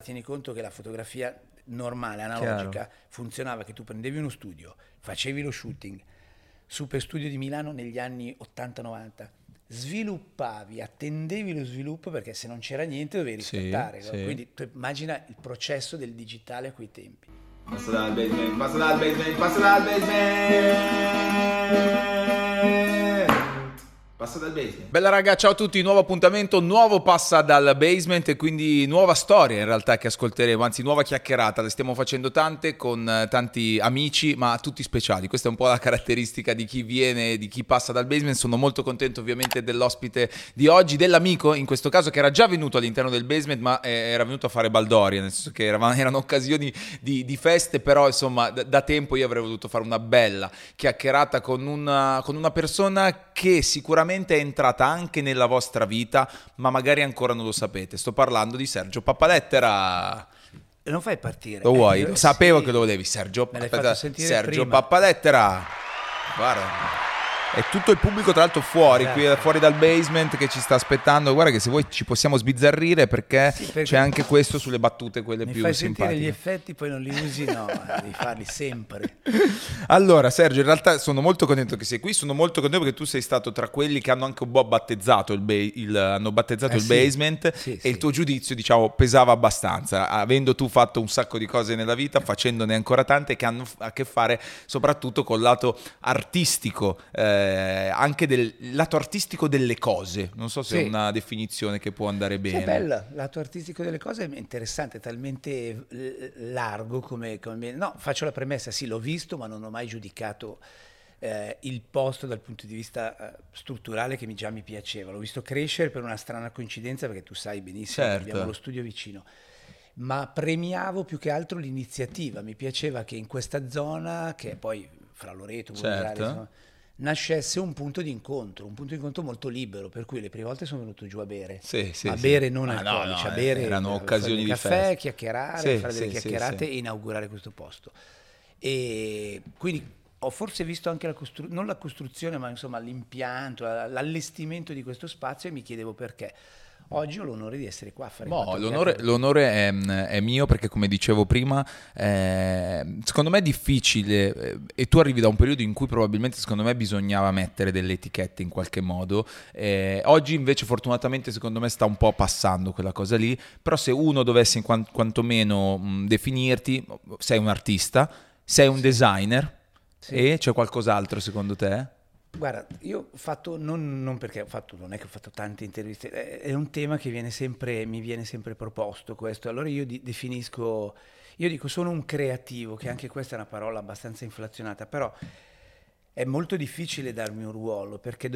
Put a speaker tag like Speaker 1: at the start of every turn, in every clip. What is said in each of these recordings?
Speaker 1: tieni conto che la fotografia normale, analogica, funzionava che tu prendevi uno studio, facevi lo shooting, Super Studio di Milano negli anni 80-90, sviluppavi, attendevi lo sviluppo perché se non c'era niente dovevi riscattare.
Speaker 2: Sì.
Speaker 1: Quindi tu immagina il processo del digitale a quei tempi.
Speaker 3: Passa dal basement, passa dal basement, passa dal basement. Passa dal basement.
Speaker 2: Bella raga, ciao a tutti, nuovo appuntamento, nuovo Passa dal Basement e quindi nuova storia in realtà che ascolteremo, anzi nuova chiacchierata, le stiamo facendo tante con tanti amici ma tutti speciali, questa è un po' la caratteristica di chi viene, di chi passa dal basement. Sono molto contento ovviamente dell'ospite di oggi, dell'amico in questo caso che era già venuto all'interno del basement ma era venuto a fare baldoria, nel senso che erano occasioni di feste, però insomma da tempo io avrei voluto fare una bella chiacchierata con una persona che sicuramente è entrata anche nella vostra vita, ma magari ancora non lo sapete. Sto parlando di Sergio Pappalettera.
Speaker 1: Non fai partire.
Speaker 2: Lo vuoi? Lo sapevo
Speaker 1: sì.
Speaker 2: che lo volevi, Sergio.
Speaker 1: Me l'hai fatto sentire
Speaker 2: Sergio
Speaker 1: prima.
Speaker 2: Pappalettera. Guarda. È tutto il pubblico tra l'altro fuori,
Speaker 1: Esatto.
Speaker 2: qui fuori dal basement che ci sta aspettando. Guarda che se vuoi ci possiamo sbizzarrire perché,
Speaker 1: perché
Speaker 2: c'è anche questo sulle battute quelle
Speaker 1: Mi
Speaker 2: più
Speaker 1: fai
Speaker 2: simpatiche.
Speaker 1: sentire gli effetti, poi non li usi, no, devi farli sempre.
Speaker 2: Allora Sergio, in realtà sono molto contento che sei qui, sono molto contento perché tu sei stato tra quelli che hanno anche un po' battezzato il
Speaker 1: Sì.
Speaker 2: basement
Speaker 1: Sì,
Speaker 2: e
Speaker 1: sì.
Speaker 2: il tuo giudizio diciamo pesava abbastanza, avendo tu fatto un sacco di cose nella vita, facendone ancora tante che hanno a che fare soprattutto col lato artistico, anche del lato artistico delle cose, non so se
Speaker 1: Sì.
Speaker 2: è una definizione che può andare
Speaker 1: Sì,
Speaker 2: bene.
Speaker 1: è bello, lato artistico delle cose è interessante, è talmente largo come... No, faccio la premessa, sì, l'ho visto, ma non ho mai giudicato il posto dal punto di vista strutturale che già mi piaceva. L'ho visto crescere per una strana coincidenza, perché tu sai benissimo che
Speaker 2: Certo.
Speaker 1: abbiamo lo studio vicino. Ma premiavo più che altro l'iniziativa, mi piaceva che in questa zona, che è poi fra Loreto, Volgare,
Speaker 2: Certo.
Speaker 1: insomma, nascesse un punto di incontro molto libero, per cui le prime volte sono venuto giù a bere,
Speaker 2: Sì, sì,
Speaker 1: a
Speaker 2: sì.
Speaker 1: bere non
Speaker 2: Ah, no,
Speaker 1: alcolici,
Speaker 2: no,
Speaker 1: a bere,
Speaker 2: erano
Speaker 1: fare
Speaker 2: occasioni
Speaker 1: dei
Speaker 2: di
Speaker 1: caffè,
Speaker 2: festa.
Speaker 1: chiacchierare,
Speaker 2: Sì,
Speaker 1: fare delle
Speaker 2: sì, sì,
Speaker 1: chiacchierate
Speaker 2: sì.
Speaker 1: e inaugurare questo posto. E quindi ho forse visto anche non la costruzione, ma insomma l'impianto, l'allestimento di questo spazio e mi chiedevo perché. Oggi ho l'onore di essere qua a fare
Speaker 2: No,
Speaker 1: quattro
Speaker 2: l'onore
Speaker 1: chiacchiere.
Speaker 2: è mio perché come dicevo prima, secondo me è difficile e tu arrivi da un periodo in cui probabilmente secondo me bisognava mettere delle etichette in qualche modo, oggi invece fortunatamente secondo me sta un po' passando quella cosa lì, però se uno dovesse quantomeno definirti, sei un artista, sei un designer
Speaker 1: Sì.
Speaker 2: e c'è qualcos'altro secondo te?
Speaker 1: Guarda, io ho fatto, non perché ho fatto, non è che ho fatto tante interviste, è un tema che mi viene sempre proposto questo. Allora io definisco, io dico sono un creativo, che anche questa è una parola abbastanza inflazionata, però è molto difficile darmi un ruolo perché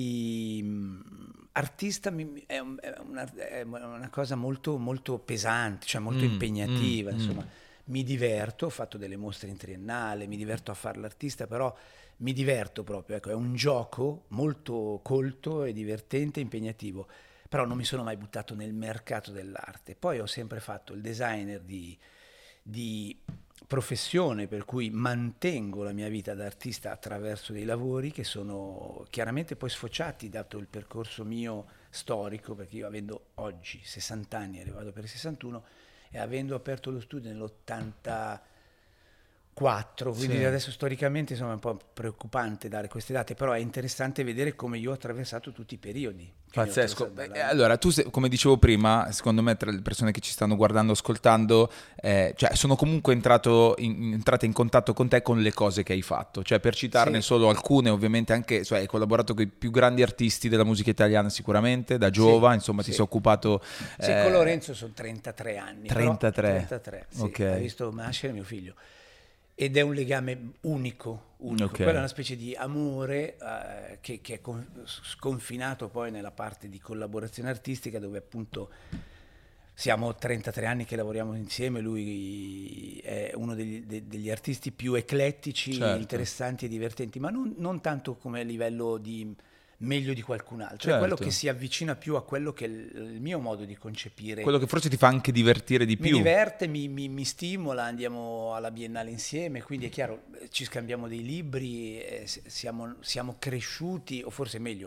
Speaker 1: artista è una cosa molto pesante, cioè molto impegnativa, insomma. Mi diverto, ho fatto delle mostre in triennale, mi diverto a fare l'artista, però mi diverto proprio, ecco, è un gioco molto colto e divertente e impegnativo, però non mi sono mai buttato nel mercato dell'arte. Poi ho sempre fatto il designer di professione, per cui mantengo la mia vita da artista attraverso dei lavori che sono chiaramente poi sfociati, dato il percorso mio storico, perché io avendo oggi 60 anni, arrivato per i 61, e avendo aperto lo studio nell'84, quindi
Speaker 2: Sì.
Speaker 1: adesso storicamente insomma è un po' preoccupante dare queste date, però è interessante vedere come io ho attraversato tutti i periodi. Quindi ho
Speaker 2: Pazzesco.
Speaker 1: attraversato
Speaker 2: Allora, tu, come dicevo prima, secondo me tra le persone che ci stanno guardando, ascoltando, cioè sono comunque entrate in contatto con te con le cose che hai fatto. Cioè, per citarne
Speaker 1: Sì.
Speaker 2: solo alcune, ovviamente anche, cioè, hai collaborato con i più grandi artisti della musica italiana sicuramente, da Giova, insomma, ti
Speaker 1: sì.
Speaker 2: sei occupato...
Speaker 1: Sì, con Lorenzo sono 33 anni.
Speaker 2: 33.
Speaker 1: Però, 33, sì.
Speaker 2: Ok.
Speaker 1: Hai visto nascere mio figlio. Ed è un legame unico.
Speaker 2: Ok.
Speaker 1: Quella è una specie di amore che è sconfinato poi nella parte di collaborazione artistica, dove appunto siamo 33 anni che lavoriamo insieme, lui è uno degli artisti più eclettici,
Speaker 2: Certo.
Speaker 1: interessanti e divertenti, ma non tanto come a livello di meglio di qualcun altro,
Speaker 2: Certo.
Speaker 1: è quello che si avvicina più a quello che è il mio modo di concepire.
Speaker 2: Quello che forse ti fa anche divertire di
Speaker 1: Mi
Speaker 2: più.
Speaker 1: diverte, mi stimola, andiamo alla Biennale insieme, quindi è chiaro, ci scambiamo dei libri, siamo cresciuti, o forse meglio,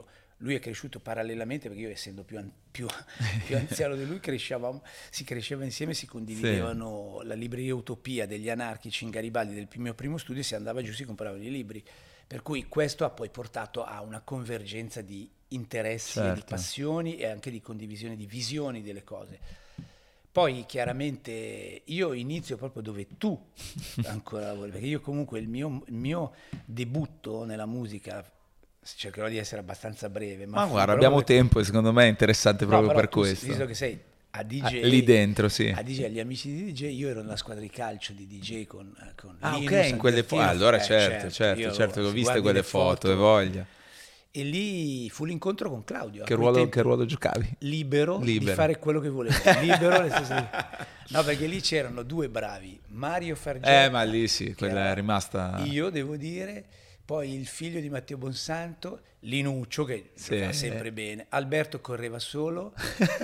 Speaker 1: lui è cresciuto parallelamente, perché io essendo più anziano di lui si cresceva insieme, si condividevano la libreria Utopia degli anarchici in Garibaldi del mio primo studio, si andava giù, si compravano i libri. Per cui questo ha poi portato a una convergenza di interessi e di passioni e anche di condivisione di visioni delle cose. Poi chiaramente io inizio proprio dove tu ancora lavori, perché io comunque il mio debutto nella musica, cercherò di essere abbastanza breve.
Speaker 2: Ma guarda, abbiamo tempo e secondo me è interessante proprio per questo.
Speaker 1: Visto che sei a DJ,
Speaker 2: lì dentro, sì.
Speaker 1: A DJ, agli amici di DJ, io ero nella squadra di calcio di DJ con Linus,
Speaker 2: ok, in quelle foto. Allora certo, l'ho viste quelle foto, e voglia.
Speaker 1: E lì fu l'incontro con Claudio.
Speaker 2: Che ruolo giocavi?
Speaker 1: Libero di fare quello che volevo. Libero, nel senso no, perché lì c'erano due bravi, Mario Fargetta.
Speaker 2: Ma lì sì, quella è rimasta.
Speaker 1: Io devo dire, poi il figlio di Matteo Bonsanto, Linuccio, che giocava sempre bene. Alberto correva solo,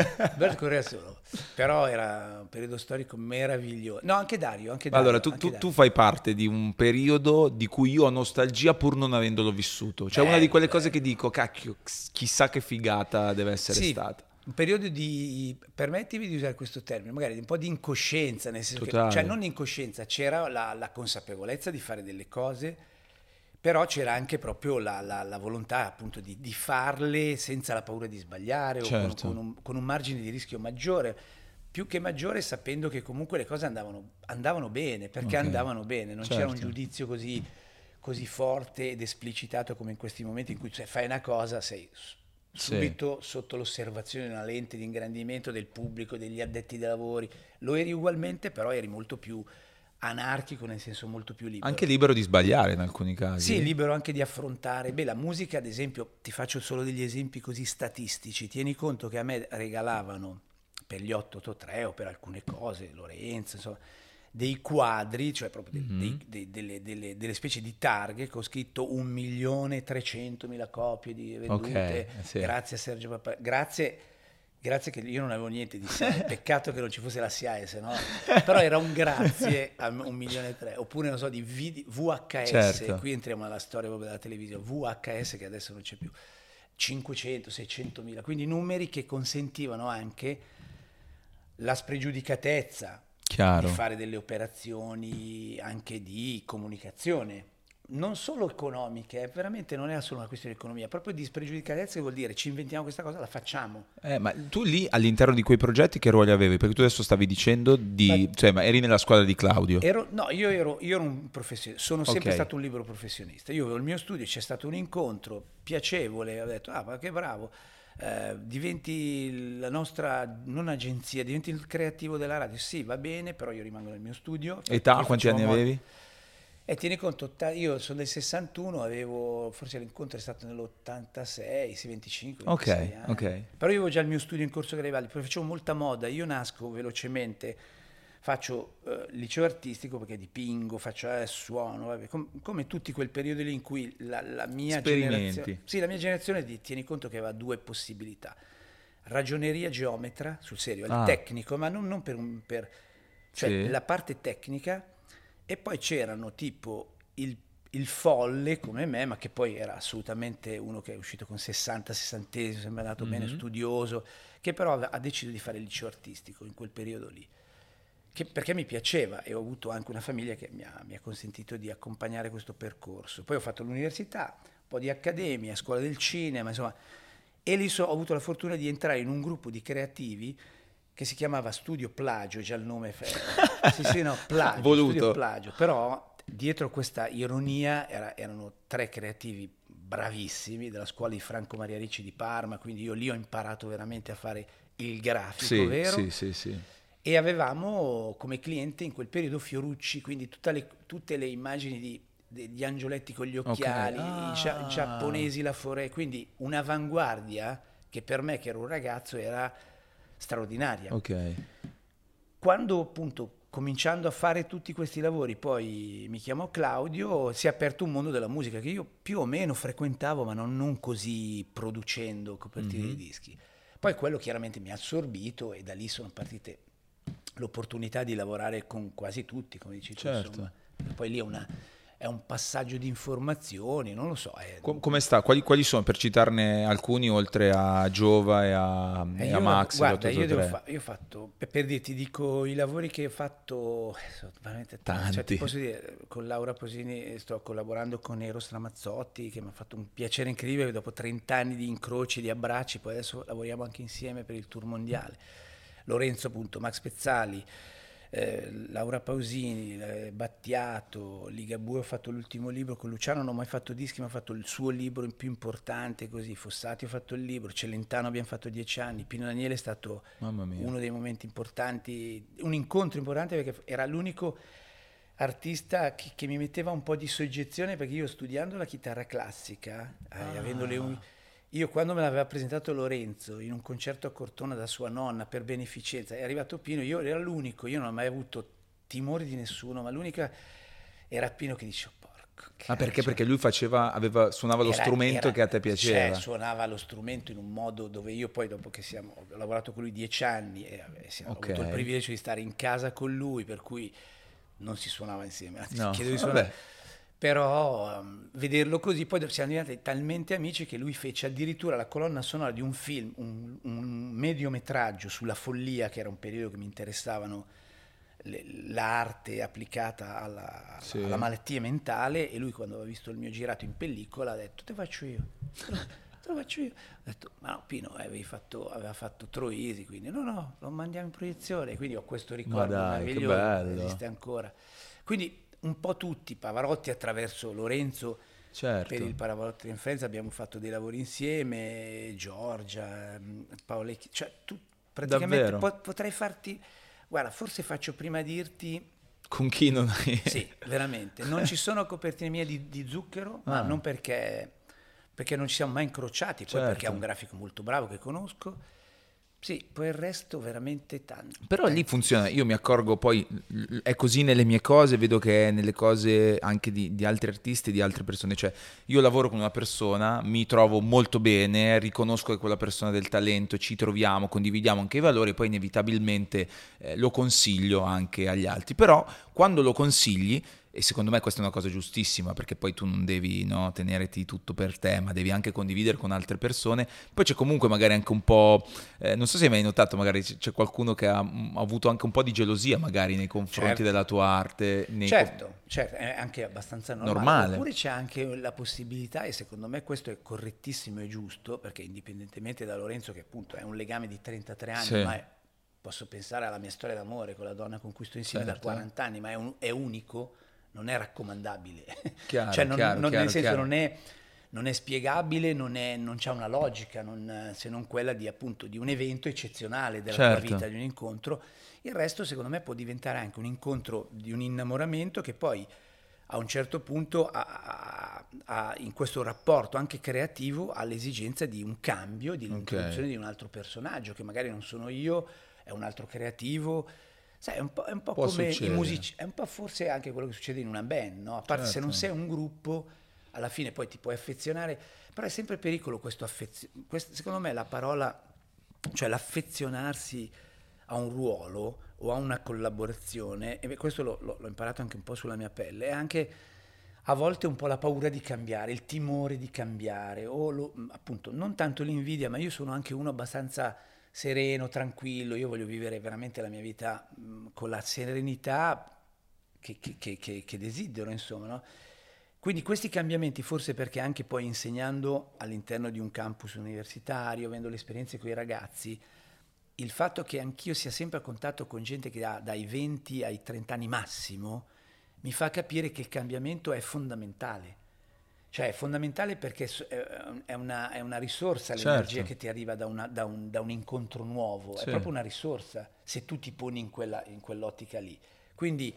Speaker 1: però era un periodo storico meraviglioso. No, anche Dario.
Speaker 2: Allora, tu fai parte di un periodo di cui io ho nostalgia pur non avendolo vissuto. Cioè una di quelle cose che dico, cacchio, chissà che figata deve essere stata.
Speaker 1: Un periodo permettimi di usare questo termine, magari un po' di incoscienza, nel senso che, cioè non incoscienza, c'era la consapevolezza di fare delle cose, però c'era anche proprio la volontà appunto di farle senza la paura di sbagliare, o con un margine di rischio maggiore, più che maggiore, sapendo che comunque le cose andavano bene, perché andavano bene, non c'era un giudizio così forte ed esplicitato come in questi momenti in cui fai una cosa, sei subito sotto l'osservazione di una lente di ingrandimento del pubblico, degli addetti ai lavori. Lo eri ugualmente, però eri molto più anarchico, nel senso molto più libero.
Speaker 2: Anche libero di sbagliare in alcuni casi.
Speaker 1: Sì, libero anche di affrontare. La musica, ad esempio, ti faccio solo degli esempi così statistici. Tieni conto che a me regalavano per gli 883 o per alcune cose, Lorenzo, insomma, dei quadri, cioè proprio delle specie di targhe che ho scritto 1.300.000 copie di vendute. Grazie a Sergio Papà. Grazie che io non avevo niente di SIAE, peccato che non ci fosse la SIAE, se no. Però era un grazie a 1,3 milioni. Oppure, non so, di VHS, qui entriamo nella storia proprio della televisione, VHS che adesso non c'è più, 500, 600.000, quindi numeri che consentivano anche la spregiudicatezza di fare delle operazioni anche di comunicazione, non solo economiche, veramente non è solo una questione di economia, proprio di spregiudicatezza, che vuol dire ci inventiamo questa cosa, la facciamo.
Speaker 2: Ma tu lì all'interno di quei progetti che ruoli avevi? Perché tu adesso stavi dicendo ma eri nella squadra di Claudio.
Speaker 1: Io ero un professionista, sono sempre stato un libero professionista. Io avevo il mio studio, c'è stato un incontro piacevole, ho detto ma che bravo, diventi la nostra, non agenzia, diventi il creativo della radio. Sì, va bene, però io rimango nel mio studio.
Speaker 2: Età, quanti anni avevi?
Speaker 1: E tieni conto, io sono del 61, forse l'incontro è stato nell'86, 25, 26 anni. Però io avevo già il mio studio in Corso Garibaldi, perché facevo molta moda, io nasco velocemente, faccio liceo artistico perché dipingo, suono, come tutti quel periodo lì in cui la mia generazione, tieni conto che aveva due possibilità, ragioneria geometra, sul serio, il tecnico, ma non la parte tecnica. E poi c'erano tipo il folle come me, ma che poi era assolutamente uno che è uscito con 60 sessantesimi, sembra andato bene, studioso, che però ha deciso di fare il liceo artistico in quel periodo lì, perché mi piaceva, e ho avuto anche una famiglia che mi ha consentito di accompagnare questo percorso. Poi ho fatto l'università, un po' di accademia, scuola del cinema, insomma, e lì ho avuto la fortuna di entrare in un gruppo di creativi che si chiamava Studio Plagio, già il nome Plagio,
Speaker 2: voluto.
Speaker 1: Studio Plagio, però dietro questa ironia erano tre creativi bravissimi della scuola di Franco Maria Ricci di Parma, quindi io lì ho imparato veramente a fare il grafico, vero?
Speaker 2: Sì.
Speaker 1: E avevamo come cliente in quel periodo Fiorucci, quindi tutte le immagini di angioletti con gli occhiali, i giapponesi, la forêt, quindi un'avanguardia che per me, che ero un ragazzo, era straordinaria. Quando appunto, cominciando a fare tutti questi lavori, poi mi chiamò Claudio, si è aperto un mondo della musica che io più o meno frequentavo, ma non così producendo copertine di dischi. Poi quello chiaramente mi ha assorbito e da lì sono partite l'opportunità di lavorare con quasi tutti, come dici tu, insomma. Poi lì è un passaggio di informazioni, non lo so.
Speaker 2: Come sta? Quali sono, per citarne alcuni, oltre a Giova e a Max?
Speaker 1: Guarda, io ho fatto, per dirti, dico i lavori che ho fatto, sono veramente tanti. Cioè, ti posso dire, con Laura Pausini sto collaborando con Eros Ramazzotti, che mi ha fatto un piacere incredibile, dopo 30 anni di incroci, di abbracci, poi adesso lavoriamo anche insieme per il tour mondiale. Lorenzo, appunto, Max Pezzali, Laura Pausini, Battiato, Ligabue. Ho fatto l'ultimo libro con Luciano, non ho mai fatto dischi, ma ho fatto il suo libro più importante, così. Fossati ho fatto il libro, Celentano abbiamo fatto 10 anni, Pino Daniele è stato uno dei momenti importanti, un incontro importante, perché era l'unico artista che mi metteva un po' di soggezione, perché io, studiando la chitarra classica, avendo io, quando me l'aveva presentato Lorenzo in un concerto a Cortona da sua nonna per beneficenza, è arrivato Pino, io era l'unico, io non ho mai avuto timori di nessuno, ma l'unica era Pino, che dice: porco.
Speaker 2: Ma perché? Perché lui suonava lo strumento che a te piaceva.
Speaker 1: Cioè, suonava lo strumento in un modo dove io poi, dopo che ho lavorato con lui 10 anni e ho avuto il privilegio di stare in casa con lui, per cui non si suonava insieme, anzi, chiedo di suonare. Però vederlo così, poi siamo diventati talmente amici che lui fece addirittura la colonna sonora di un film, un mediometraggio sulla follia, che era un periodo che mi interessavano, l'arte applicata alla malattia mentale, e lui, quando aveva visto il mio girato in pellicola, ha detto: te faccio io. Te lo faccio io. Ho detto: ma no, Pino aveva fatto Troisi, quindi no, lo mandiamo in proiezione. Quindi ho questo ricordo meraviglioso, esiste ancora. Quindi un po' tutti, Pavarotti attraverso Lorenzo,
Speaker 2: certo.
Speaker 1: Per il Pavarotti and Friends abbiamo fatto dei lavori insieme, Giorgia, Paolecchi, cioè tu praticamente potrei farti, guarda, forse faccio prima dirti
Speaker 2: con chi non hai...
Speaker 1: Sì, veramente, non ci sono copertine mie di Zucchero, ma non perché non ci siamo mai incrociati, poi perché è un grafico molto bravo che conosco. Sì, poi il resto veramente tanto.
Speaker 2: Però lì funziona, io mi accorgo, poi è così nelle mie cose, vedo che è nelle cose anche di altri artisti, di altre persone. Cioè, io lavoro con una persona, mi trovo molto bene, riconosco che quella persona ha del talento, ci troviamo, condividiamo anche i valori, poi inevitabilmente lo consiglio anche agli altri. Però quando lo consigli, e secondo me questa è una cosa giustissima, perché poi tu non devi tenerti tutto per te, ma devi anche condividere con altre persone. Poi c'è comunque magari anche un po', non so se hai mai notato, magari c'è qualcuno che ha avuto anche un po' di gelosia magari nei confronti della tua arte.
Speaker 1: Certo, è anche abbastanza normale. Oppure c'è anche la possibilità, e secondo me questo è correttissimo e giusto, perché indipendentemente da Lorenzo, che appunto è un legame di 33 anni, ma posso pensare alla mia storia d'amore con la donna con cui sto insieme da 40 anni, ma è unico, non è raccomandabile, nel senso non è spiegabile, non c'è una logica, se non quella di un evento eccezionale della tua vita, di un incontro. Il resto secondo me può diventare anche un incontro di un innamoramento che poi a un certo punto in questo rapporto anche creativo ha l'esigenza di un cambio, di l'introduzione di un altro personaggio che magari non sono io, è un altro creativo. Sai, è un po' come i musici, è un po' forse anche quello che succede in una band, no? A parte se non sei un gruppo, alla fine poi ti puoi affezionare, però è sempre pericolo secondo me la parola, cioè l'affezionarsi a un ruolo o a una collaborazione, e questo l'ho imparato anche un po' sulla mia pelle, è anche a volte un po' la paura di cambiare, il timore di cambiare, o appunto non tanto l'invidia, ma io sono anche uno abbastanza sereno, tranquillo, io voglio vivere veramente la mia vita con la serenità che desidero, insomma, no? Quindi questi cambiamenti, forse perché anche poi insegnando all'interno di un campus universitario, avendo le esperienze con i ragazzi, il fatto che anch'io sia sempre a contatto con gente che ha dai 20 ai 30 anni massimo, mi fa capire che il cambiamento è fondamentale. Cioè è fondamentale perché è una risorsa l'energia che ti arriva da un incontro nuovo, è proprio una risorsa se tu ti poni in quell'ottica lì. Quindi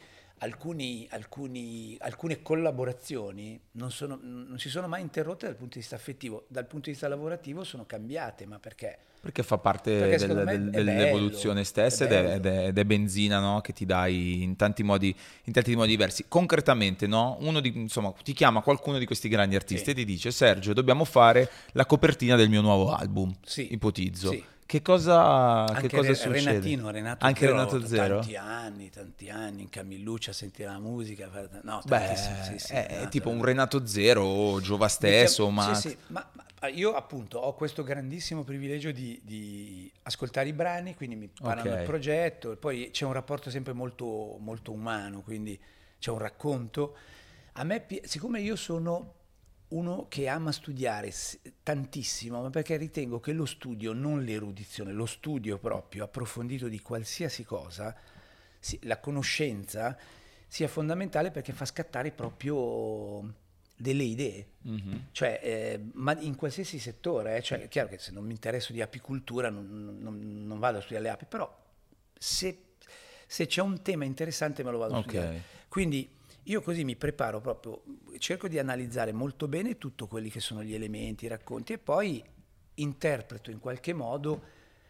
Speaker 1: alcune collaborazioni non si sono mai interrotte dal punto di vista affettivo, dal punto di vista lavorativo sono cambiate, ma perché?
Speaker 2: Perché fa parte dell'evoluzione stessa ed è benzina, no? Che ti dai in tanti modi diversi. Concretamente, no? Ti chiama qualcuno di questi grandi artisti e ti dice: Sergio, dobbiamo fare la copertina del mio nuovo album, ipotizzo. Che cosa succede?
Speaker 1: Renato
Speaker 2: Anche
Speaker 1: Zero,
Speaker 2: Renato Zero?
Speaker 1: Tanti anni in Camilluccia a sentire la musica. No,
Speaker 2: Beh,
Speaker 1: tantissimo, sì,
Speaker 2: è
Speaker 1: Renato,
Speaker 2: tipo un Renato Zero o Giova stesso, ma...
Speaker 1: Sì, ma io appunto ho questo grandissimo privilegio di ascoltare i brani, quindi mi parlano del progetto, e poi c'è un rapporto sempre molto, molto umano, quindi c'è un racconto. A me, siccome io sono uno che ama studiare tantissimo, ma perché ritengo che lo studio, non l'erudizione, lo studio proprio approfondito di qualsiasi cosa, la conoscenza sia fondamentale perché fa scattare proprio delle idee, cioè, ma in qualsiasi settore, cioè, è chiaro che se non mi interesso di apicultura non vado a studiare le api, però se c'è un tema interessante me lo vado a studiare. Quindi io così mi preparo proprio, cerco di analizzare molto bene tutti quelli che sono gli elementi, i racconti, e poi interpreto in qualche modo,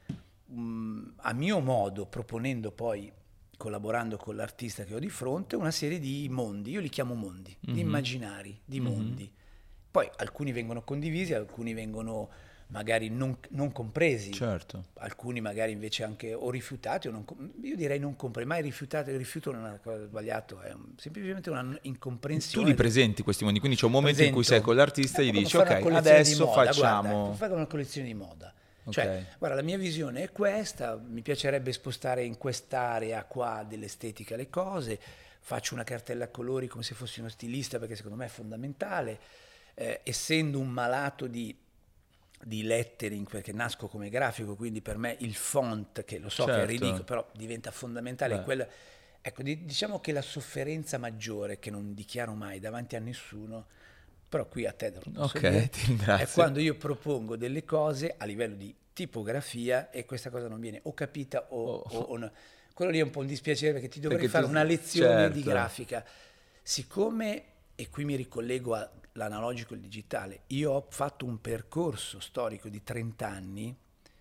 Speaker 1: a mio modo, proponendo poi, collaborando con l'artista che ho di fronte, una serie di mondi, io li chiamo mondi, di immaginari, di mondi. Poi alcuni vengono condivisi, alcuni vengono magari non compresi,
Speaker 2: certo.
Speaker 1: Alcuni magari invece anche o rifiutati, o io direi non compresi, mai rifiutato, il rifiuto non è una cosa sbagliata, è semplicemente una incomprensione.
Speaker 2: Tu li presenti questi mondi, quindi c'è un momento in cui sei con l'artista e gli dici ok, adesso facciamo...
Speaker 1: Fai una collezione di moda. Cioè, guarda, la mia visione è questa, mi piacerebbe spostare in quest'area qua dell'estetica le cose, faccio una cartella a colori come se fossi uno stilista perché secondo me è fondamentale, essendo un malato di lettering, perché nasco come grafico, quindi per me il font, che lo so che è ridicolo, però diventa fondamentale. Ecco, diciamo che la sofferenza maggiore, che non dichiaro mai davanti a nessuno, però qui a te lo posso dire,
Speaker 2: ti ringrazio,
Speaker 1: è quando io propongo delle cose a livello di tipografia e questa cosa non viene o capita o no. Quello lì è un po' un dispiacere perché ti dovrei fare una lezione di grafica. Siccome, e qui mi ricollego all'analogico e al digitale, io ho fatto un percorso storico di 30 anni,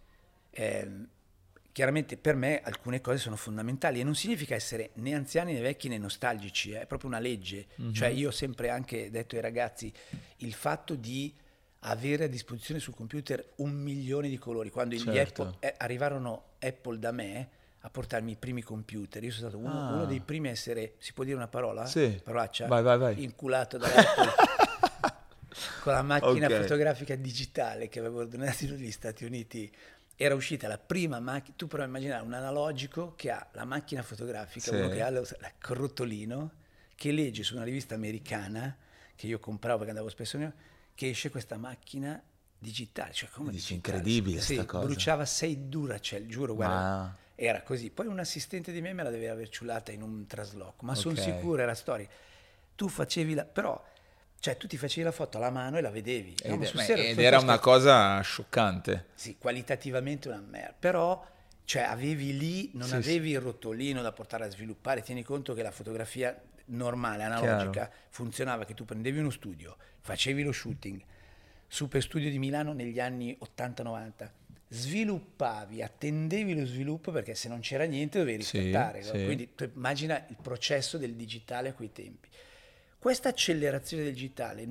Speaker 1: chiaramente per me alcune cose sono fondamentali e non significa essere né anziani né vecchi né nostalgici, è proprio una legge. Cioè io ho sempre anche detto ai ragazzi il fatto di avere a disposizione sul computer 1 milione di colori. Quando gli Apple, arrivarono Apple da me a portarmi i primi computer, io sono stato uno dei primi a essere, si può dire una parola?
Speaker 2: Sì.
Speaker 1: Parolaccia?
Speaker 2: Vai.
Speaker 1: Inculato da Apple con la macchina fotografica digitale che avevo ordinato negli Stati Uniti. Era uscita la prima macchina, tu prova a immaginare un analogico che ha la macchina fotografica, uno che ha il corrottolino, che legge su una rivista americana, che io compravo perché andavo spesso, che esce questa macchina digitale. Cioè, come
Speaker 2: dici, incredibile sta cosa.
Speaker 1: Bruciava 6 Duracell, giuro, guarda. Era così. Poi un assistente di me la deve aver ciullata in un trasloco, ma sono sicuro, era storia. Tu facevi però... Cioè, tu ti facevi la foto alla mano e la vedevi.
Speaker 2: Ed era una cosa scioccante.
Speaker 1: Sì, qualitativamente una merda. Però, cioè, avevi lì, non avevi il rotolino da portare a sviluppare. Tieni conto che la fotografia normale, analogica, funzionava che tu prendevi uno studio, facevi lo shooting, Super Studio di Milano negli anni 80-90, sviluppavi, attendevi lo sviluppo perché se non c'era niente dovevi riscattare. No? Quindi tu immagina il processo del digitale a quei tempi. Questa accelerazione del digitale,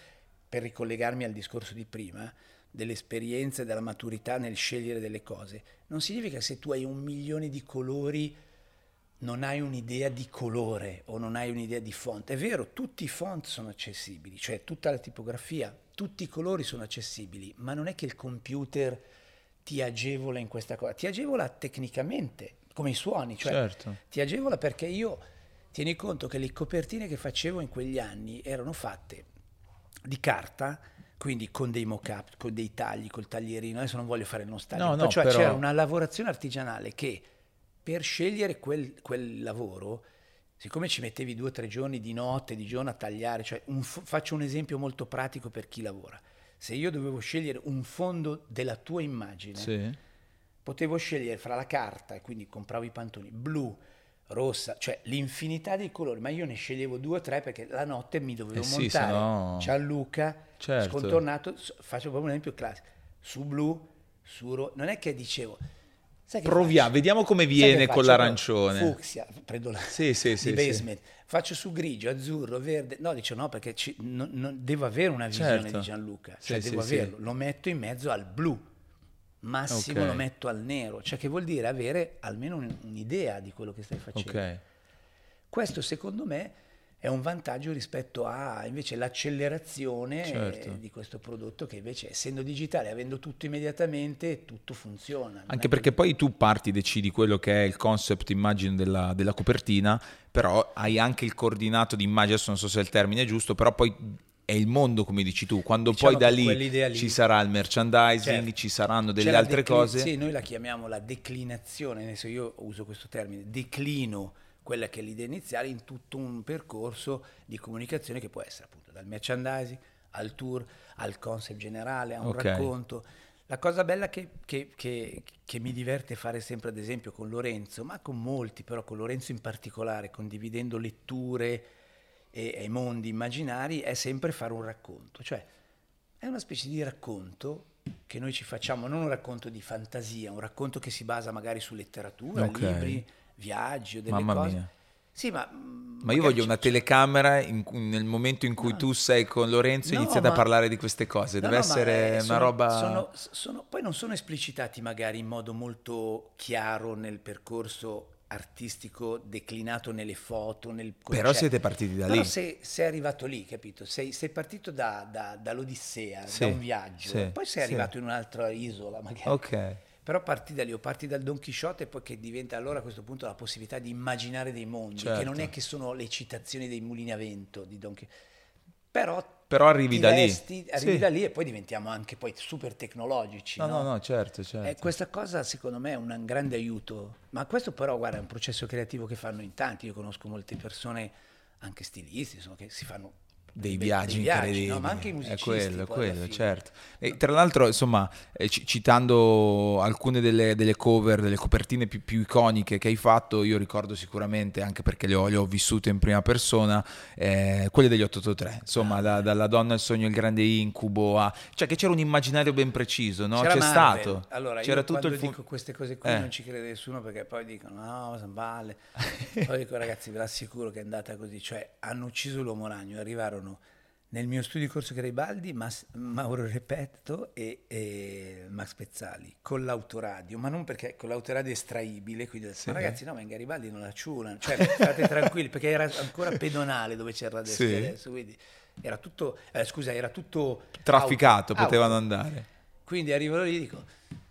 Speaker 1: per ricollegarmi al discorso di prima, dell'esperienza e della maturità nel scegliere delle cose, non significa che se tu hai 1 milione di colori non hai un'idea di colore o non hai un'idea di font. È vero, tutti i font sono accessibili, cioè tutta la tipografia, tutti i colori sono accessibili, ma non è che il computer ti agevola in questa cosa, ti agevola tecnicamente, come i suoni, cioè ti agevola perché io... Tieni conto che le copertine che facevo in quegli anni erano fatte di carta, quindi con dei mock-up, con dei tagli, col taglierino. Adesso non voglio fare il nostalgico, cioè c'era una lavorazione artigianale che per scegliere quel lavoro, siccome ci mettevi 2 o 3 giorni di notte, di giorno a tagliare, cioè faccio un esempio molto pratico per chi lavora. Se io dovevo scegliere un fondo della tua immagine, potevo scegliere fra la carta, e quindi compravo i pantoni blu, rossa, cioè l'infinità dei colori, ma io ne sceglievo 2 o 3 perché la notte mi dovevo montare Gianluca, scontornato, faccio proprio un esempio classico, su blu, su non è che dicevo, sai che
Speaker 2: proviamo, vediamo come viene con l'arancione.
Speaker 1: Fucsia, prendo la di Basement, faccio su grigio, azzurro, verde, no, dicevo no perché devo avere una visione di Gianluca, cioè devo averlo, lo metto in mezzo al blu. massimo
Speaker 2: Ok.
Speaker 1: lo metto al nero, cioè che vuol dire avere almeno un'idea di quello che stai facendo.
Speaker 2: Ok.
Speaker 1: Questo secondo me è un vantaggio rispetto a invece l'accelerazione
Speaker 2: Certo.
Speaker 1: di questo prodotto, che invece essendo digitale, avendo tutto immediatamente, tutto funziona. Non
Speaker 2: Anche
Speaker 1: è
Speaker 2: perché
Speaker 1: che-
Speaker 2: poi tu parti, decidi quello che è il concept, immagino, della copertina, però hai anche il coordinato di immagine, adesso non so se è il termine giusto, però poi è il mondo, come dici tu, quando
Speaker 1: Diciamo
Speaker 2: poi da
Speaker 1: che
Speaker 2: lì
Speaker 1: quell'idea lì-
Speaker 2: ci sarà il merchandising,
Speaker 1: Certo.
Speaker 2: ci saranno
Speaker 1: C'è
Speaker 2: delle
Speaker 1: la
Speaker 2: altre cose.
Speaker 1: Sì, noi la chiamiamo la declinazione, adesso io uso questo termine, declino quella che è l'idea iniziale in tutto un percorso di comunicazione che può essere appunto dal merchandising al tour, al concept generale, a un
Speaker 2: Ok.
Speaker 1: racconto. La cosa bella che mi diverte fare sempre, ad esempio, con Lorenzo, ma con molti, però con Lorenzo in particolare, condividendo letture e mondi immaginari, è sempre fare un racconto. Cioè, è una specie di racconto che noi ci facciamo, non un racconto di fantasia, un racconto che si basa magari su letteratura,
Speaker 2: Ok.
Speaker 1: libri, viaggi o delle
Speaker 2: Mamma
Speaker 1: cose.
Speaker 2: mia.
Speaker 1: Sì, ma
Speaker 2: Ma io voglio una telecamera nel momento in cui tu sei con Lorenzo e
Speaker 1: No,
Speaker 2: iniziate a
Speaker 1: ma-
Speaker 2: parlare di queste cose. Deve
Speaker 1: ma,
Speaker 2: essere una
Speaker 1: sono,
Speaker 2: roba...
Speaker 1: poi non sono esplicitati magari in modo molto chiaro nel percorso artistico declinato nelle foto, nel concetto.
Speaker 2: Però siete partiti da
Speaker 1: Però
Speaker 2: lì.
Speaker 1: sei arrivato lì, capito? Sei partito dall'Odissea,
Speaker 2: Sì,
Speaker 1: da un viaggio,
Speaker 2: sì,
Speaker 1: poi sei
Speaker 2: sì.
Speaker 1: arrivato in un'altra isola magari.
Speaker 2: Ok.
Speaker 1: Però parti da lì, o parti dal Don Chisciotte, e poi che diventa allora a questo punto la possibilità di immaginare dei mondi,
Speaker 2: Certo.
Speaker 1: che non è che sono le citazioni dei mulini a vento di Don Chisciotte. Però
Speaker 2: arrivi
Speaker 1: ti
Speaker 2: da lì.
Speaker 1: arrivi
Speaker 2: Sì.
Speaker 1: da lì e poi diventiamo anche poi super tecnologici,
Speaker 2: No,
Speaker 1: no?
Speaker 2: no, no, certo,
Speaker 1: E
Speaker 2: certo.
Speaker 1: questa cosa secondo me è un grande aiuto, ma questo però guarda è un processo creativo che fanno in tanti, io conosco molte persone, anche stilisti, insomma, che si fanno
Speaker 2: Dei viaggi incredibili,
Speaker 1: no? Ma anche i musicisti.
Speaker 2: è
Speaker 1: poi alla
Speaker 2: quello,
Speaker 1: fine.
Speaker 2: certo. E tra l'altro, insomma, citando alcune delle cover, delle copertine più iconiche che hai fatto, io ricordo sicuramente, anche perché le ho vissute in prima persona, quelle degli 883, insomma, dalla donna il sogno, il grande incubo, cioè che c'era un immaginario ben preciso, no?
Speaker 1: C'era
Speaker 2: C'è
Speaker 1: Marvel.
Speaker 2: stato.
Speaker 1: Allora,
Speaker 2: C'era
Speaker 1: io
Speaker 2: tutto
Speaker 1: quando
Speaker 2: il
Speaker 1: dico queste cose qui non ci crede nessuno, perché poi dicono no, sono balle. Poi dico ragazzi, ve l'assicuro che è andata così, cioè hanno ucciso l'uomo ragno, arrivarono nel mio studio di Corso Garibaldi Mauro Repetto e Max Pezzali con l'autoradio, ma non perché con l'autoradio estraibile, quindi ho detto,
Speaker 2: Sì.
Speaker 1: ma ragazzi no, ma in Garibaldi non la ciulano, cioè state tranquilli, perché era ancora pedonale dove c'era adesso,
Speaker 2: Sì.
Speaker 1: adesso, quindi era tutto, era tutto
Speaker 2: trafficato,
Speaker 1: auto.
Speaker 2: potevano andare.
Speaker 1: Quindi arrivo lì, dico,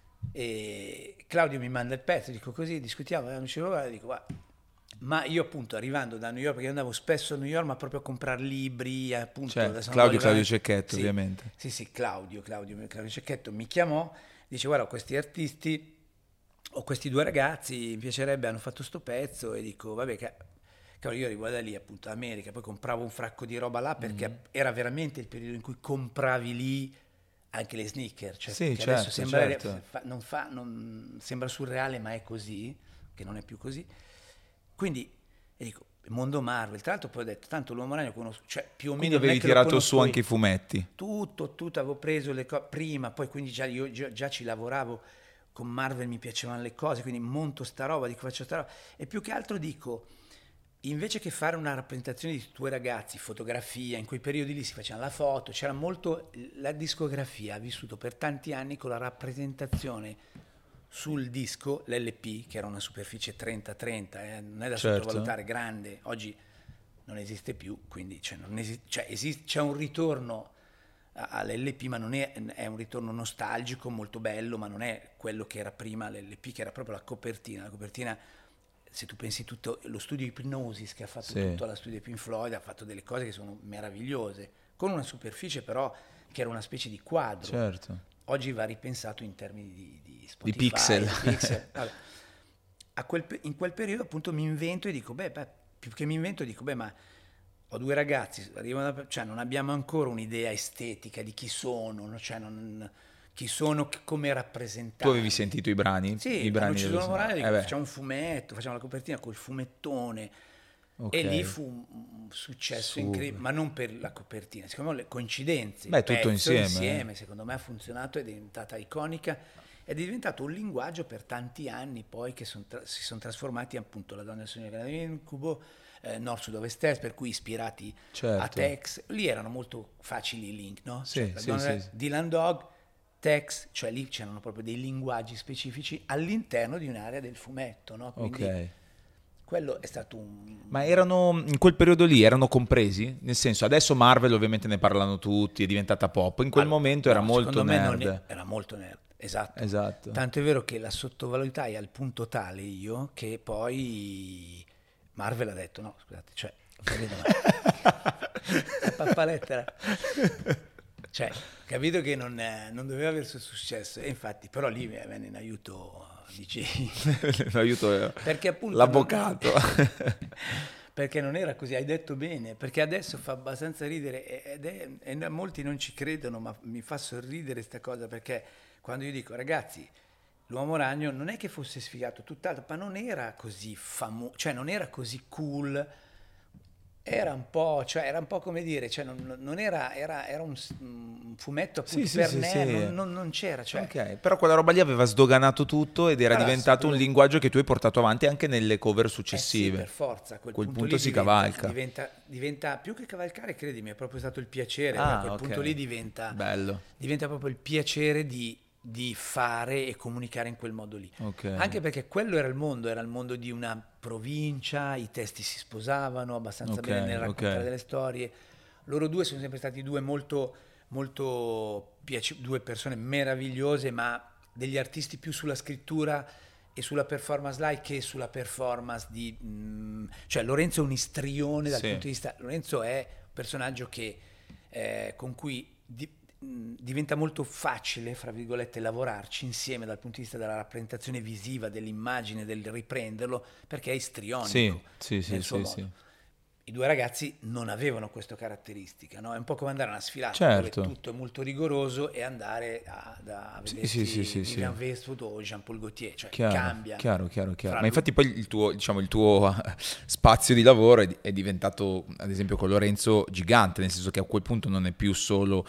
Speaker 1: e Claudio mi manda il pezzo, dico così, discutiamo, non ci vuole, dico, ma io appunto arrivando da New York, perché andavo spesso a New York, ma proprio a comprare libri, appunto.
Speaker 2: Certo,
Speaker 1: adesso non
Speaker 2: Claudio
Speaker 1: voglio fare-
Speaker 2: Cecchetto,
Speaker 1: Sì,
Speaker 2: ovviamente.
Speaker 1: Sì, Claudio Cecchetto mi chiamò, dice guarda, ho questi artisti, ho questi due ragazzi, mi piacerebbe, hanno fatto sto pezzo, e dico, vabbè, cavolo, io arrivo da lì appunto, America, poi compravo un fracco di roba là, perché era veramente il periodo in cui compravi lì anche le sneaker, cioè,
Speaker 2: Sì,
Speaker 1: che adesso
Speaker 2: certo,
Speaker 1: sembra,
Speaker 2: certo.
Speaker 1: sembra surreale, ma è così, che non è più così. Quindi, e dico, mondo Marvel, tra l'altro poi ho detto, tanto l'Uomo Ragno conosco, cioè più o meno
Speaker 2: Quindi
Speaker 1: non è
Speaker 2: avevi
Speaker 1: che lo
Speaker 2: tirato su
Speaker 1: conosco
Speaker 2: anche i fumetti.
Speaker 1: tutto, avevo preso le cose prima, poi quindi io già ci lavoravo, con Marvel mi piacevano le cose, quindi monto sta roba, dico faccio sta roba, e più che altro dico, invece che fare una rappresentazione di due ragazzi, fotografia, in quei periodi lì si faceva la foto, c'era molto, la discografia ha vissuto per tanti anni con la rappresentazione sul disco, l'LP, che era una superficie 30-30, non è da
Speaker 2: Certo.
Speaker 1: sottovalutare, grande, oggi non esiste più, quindi c'è un ritorno all'LP, ma non è un ritorno nostalgico, molto bello, ma non è quello che era prima l'LP, che era proprio la copertina, se tu pensi tutto, lo studio Hypnosis che ha fatto
Speaker 2: Sì.
Speaker 1: tutto la studio di Pink Floyd, ha fatto delle cose che sono meravigliose, con una superficie però che era una specie di quadro.
Speaker 2: Certo.
Speaker 1: Oggi va ripensato in termini di Spotify,
Speaker 2: Di pixel.
Speaker 1: Allora, in quel periodo appunto mi invento e dico, più che mi invento dico, ma ho due ragazzi, cioè non abbiamo ancora un'idea estetica di chi sono, no? Cioè chi sono, come rappresentati.
Speaker 2: Tu avevi sentito i brani?
Speaker 1: Sì,
Speaker 2: I brani
Speaker 1: Luciano
Speaker 2: delle-
Speaker 1: Morale, dico,
Speaker 2: beh,
Speaker 1: facciamo un fumetto, facciamo la copertina col fumettone.
Speaker 2: ok.
Speaker 1: E lì fu un successo incredibile, ma non per la copertina, secondo me le coincidenze,
Speaker 2: Beh, tutto
Speaker 1: pezzo
Speaker 2: insieme,
Speaker 1: secondo me ha funzionato, è diventata iconica ed è diventato un linguaggio per tanti anni poi che si sono trasformati appunto la donna del sogno grande incubo, Nord, Sud, Ovest, Est, per cui ispirati a
Speaker 2: Certo.
Speaker 1: Tex, lì erano molto facili i link, no?
Speaker 2: Sì,
Speaker 1: la
Speaker 2: sì,
Speaker 1: donna-
Speaker 2: sì.
Speaker 1: Dylan Dog, text, cioè lì c'erano proprio dei linguaggi specifici all'interno di un'area del fumetto, no? Quindi
Speaker 2: Ok.
Speaker 1: quello è stato un...
Speaker 2: Ma erano, in quel periodo lì, erano compresi? Nel senso, adesso Marvel ovviamente ne parlano tutti, è diventata pop, in quel
Speaker 1: Allora,
Speaker 2: momento
Speaker 1: no,
Speaker 2: era molto
Speaker 1: secondo me non
Speaker 2: nerd.
Speaker 1: era molto nerd, esatto.
Speaker 2: Esatto.
Speaker 1: Tanto è vero che la sottovalutai al punto tale io che poi Marvel ha detto no, scusate, cioè, capito, la pappalettera. Cioè, capito che non doveva aver successo, e infatti, però lì mi venne in aiuto, dici,
Speaker 2: Aiuto
Speaker 1: perché appunto
Speaker 2: l'avvocato.
Speaker 1: perché non era così, hai detto bene, perché adesso fa abbastanza ridere e molti non ci credono, ma mi fa sorridere sta cosa, perché quando io dico ragazzi, l'Uomo Ragno non è che fosse sfigato, tutt'altro, ma non era così famoso, cioè non era così cool, era un po', cioè era un po' come dire, cioè non era, era un fumetto appunto
Speaker 2: Sì, sì,
Speaker 1: per
Speaker 2: sì,
Speaker 1: nerd,
Speaker 2: sì.
Speaker 1: non c'era, cioè...
Speaker 2: Ok, però quella roba lì aveva sdoganato tutto ed era
Speaker 1: Allora,
Speaker 2: diventato un linguaggio che tu hai portato avanti anche nelle cover
Speaker 1: Eh sì,
Speaker 2: successive.
Speaker 1: per forza, a
Speaker 2: A
Speaker 1: quel
Speaker 2: quel
Speaker 1: punto
Speaker 2: punto
Speaker 1: lì
Speaker 2: si cavalca.
Speaker 1: diventa più che cavalcare, credimi, è proprio stato il piacere, a
Speaker 2: Ah,
Speaker 1: quel
Speaker 2: ok.
Speaker 1: punto lì diventa
Speaker 2: Bello.
Speaker 1: proprio il piacere di fare e comunicare in quel modo lì.
Speaker 2: Ok.
Speaker 1: Anche perché quello era il mondo di una provincia, i testi si sposavano abbastanza
Speaker 2: Ok,
Speaker 1: bene nel raccontare
Speaker 2: ok.
Speaker 1: delle storie. Loro due sono sempre stati due molto due persone meravigliose, ma degli artisti più sulla scrittura e sulla performance live che sulla performance di... cioè Lorenzo è un istrione dal
Speaker 2: Sì.
Speaker 1: punto di vista... Lorenzo è un personaggio che, con cui diventa molto facile, fra virgolette, lavorarci insieme dal punto di vista della rappresentazione visiva, dell'immagine, del riprenderlo, perché è istrionico
Speaker 2: Sì, sì,
Speaker 1: nel
Speaker 2: sì,
Speaker 1: suo
Speaker 2: sì,
Speaker 1: modo.
Speaker 2: sì.
Speaker 1: I due ragazzi non avevano questa caratteristica, no? È un po' come andare a una sfilata
Speaker 2: Certo.
Speaker 1: dove tutto è molto rigoroso e andare a
Speaker 2: Sì,
Speaker 1: vederti
Speaker 2: sì, sì, sì, sì.
Speaker 1: Vivian Westwood o Jean-Paul Gaultier, cioè
Speaker 2: Chiaro,
Speaker 1: cambia.
Speaker 2: chiaro, chiaro, chiaro.
Speaker 1: Fra
Speaker 2: Ma
Speaker 1: lui-
Speaker 2: infatti poi il tuo, diciamo, il tuo spazio di lavoro è diventato, ad esempio, con Lorenzo gigante, nel senso che a quel punto non è più solo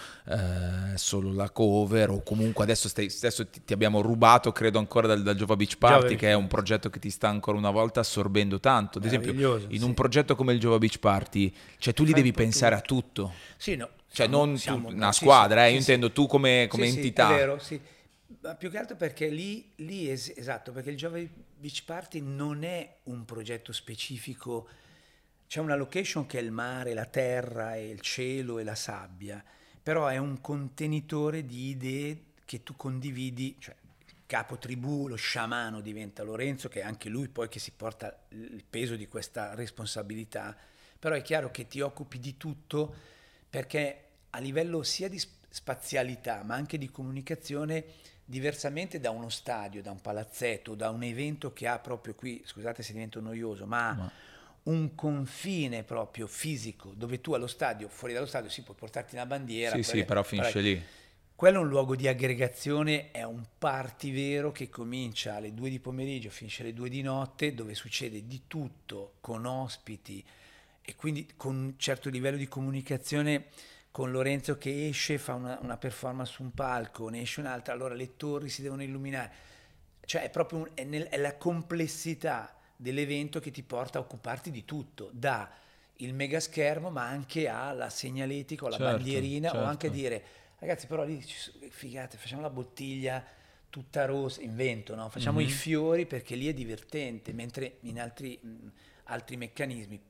Speaker 2: la cover, o comunque adesso, ti abbiamo rubato, credo, ancora dal Jova Beach Party,
Speaker 1: Jova Beach
Speaker 2: che è un
Speaker 1: Party.
Speaker 2: progetto che ti sta ancora una volta assorbendo tanto. Ad esempio,
Speaker 1: Meraviglioso,
Speaker 2: in
Speaker 1: sì.
Speaker 2: un progetto come il Jova Beach Party, cioè tu lì
Speaker 1: Fai un
Speaker 2: devi
Speaker 1: po'
Speaker 2: pensare a
Speaker 1: tutto.
Speaker 2: tutto.
Speaker 1: Sì, no,
Speaker 2: Cioè non tu,
Speaker 1: siamo
Speaker 2: una
Speaker 1: sì,
Speaker 2: squadra,
Speaker 1: sì,
Speaker 2: io
Speaker 1: sì,
Speaker 2: intendo tu come
Speaker 1: sì,
Speaker 2: entità.
Speaker 1: Sì, è vero, sì. Ma più che altro perché lì esatto, perché il Jova Beach Party non è un progetto specifico, c'è una location che è il mare, la terra e il cielo e la sabbia, però è un contenitore di idee che tu condividi, cioè il capo tribù, lo sciamano diventa Lorenzo, che è anche lui poi che si porta il peso di questa responsabilità, però è chiaro che ti occupi di tutto perché a livello sia di spazialità ma anche di comunicazione, diversamente da uno stadio, da un palazzetto, da un evento che ha proprio qui, scusate se divento noioso, ma
Speaker 2: Ma-
Speaker 1: un confine proprio fisico, dove tu allo stadio, fuori dallo stadio, sì, puoi portarti una bandiera,
Speaker 2: Sì, sì, però finisce lì.
Speaker 1: quello è un luogo di aggregazione, è un party vero che comincia alle 2 di pomeriggio, finisce alle 2 di notte, dove succede di tutto, con ospiti e quindi con un certo livello di comunicazione con Lorenzo che esce, fa una performance su un palco, ne esce un'altra, allora le torri si devono illuminare. Cioè è proprio è la complessità dell'evento che ti porta a occuparti di tutto, da il megaschermo ma anche alla segnaletica o la
Speaker 2: Certo,
Speaker 1: bandierina o anche
Speaker 2: certo.
Speaker 1: dire ragazzi però lì figate facciamo la bottiglia tutta rossa, invento, no? Facciamo i fiori perché lì è divertente, mentre in altri meccanismi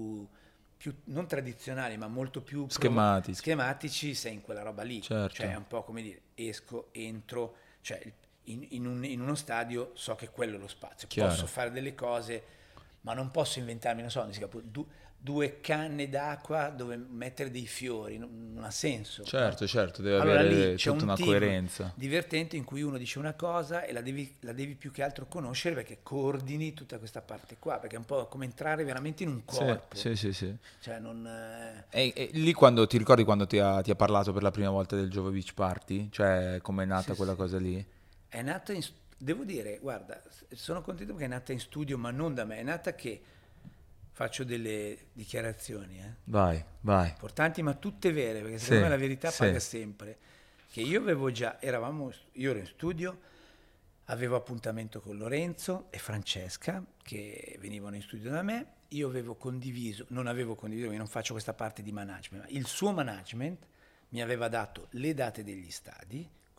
Speaker 1: più non tradizionali ma molto più schematici sei in quella roba lì,
Speaker 2: Certo.
Speaker 1: cioè è un po' come dire esco, entro, cioè in uno stadio so che quello è lo spazio,
Speaker 2: Chiaro.
Speaker 1: posso fare delle cose ma non posso inventarmi, non so, due canne d'acqua dove mettere dei fiori, non ha senso.
Speaker 2: Certo,
Speaker 1: no?
Speaker 2: certo, deve
Speaker 1: Allora
Speaker 2: avere
Speaker 1: lì c'è
Speaker 2: tutta
Speaker 1: un
Speaker 2: una
Speaker 1: team
Speaker 2: coerenza.
Speaker 1: divertente in cui uno dice una cosa e la devi più che altro conoscere perché coordini tutta questa parte qua, perché è un po' come entrare veramente in un corpo.
Speaker 2: Sì, sì, sì.
Speaker 1: Cioè non...
Speaker 2: E lì quando ti ricordi quando ti ha parlato per la prima volta del Jova Beach Party? Cioè, com'è nata
Speaker 1: Sì,
Speaker 2: quella
Speaker 1: sì.
Speaker 2: cosa lì?
Speaker 1: È nata devo dire, guarda, sono contento perché è nata in studio, ma non da me, è nata che faccio delle dichiarazioni,
Speaker 2: Vai, vai.
Speaker 1: importanti, ma tutte vere, perché
Speaker 2: Sì,
Speaker 1: secondo me la verità
Speaker 2: sì.
Speaker 1: paga sempre. Che io avevo già, io ero in studio, avevo appuntamento con Lorenzo e Francesca, che venivano in studio da me, io non avevo condiviso, io non faccio questa parte di management, ma il suo management mi aveva dato le date degli stadi,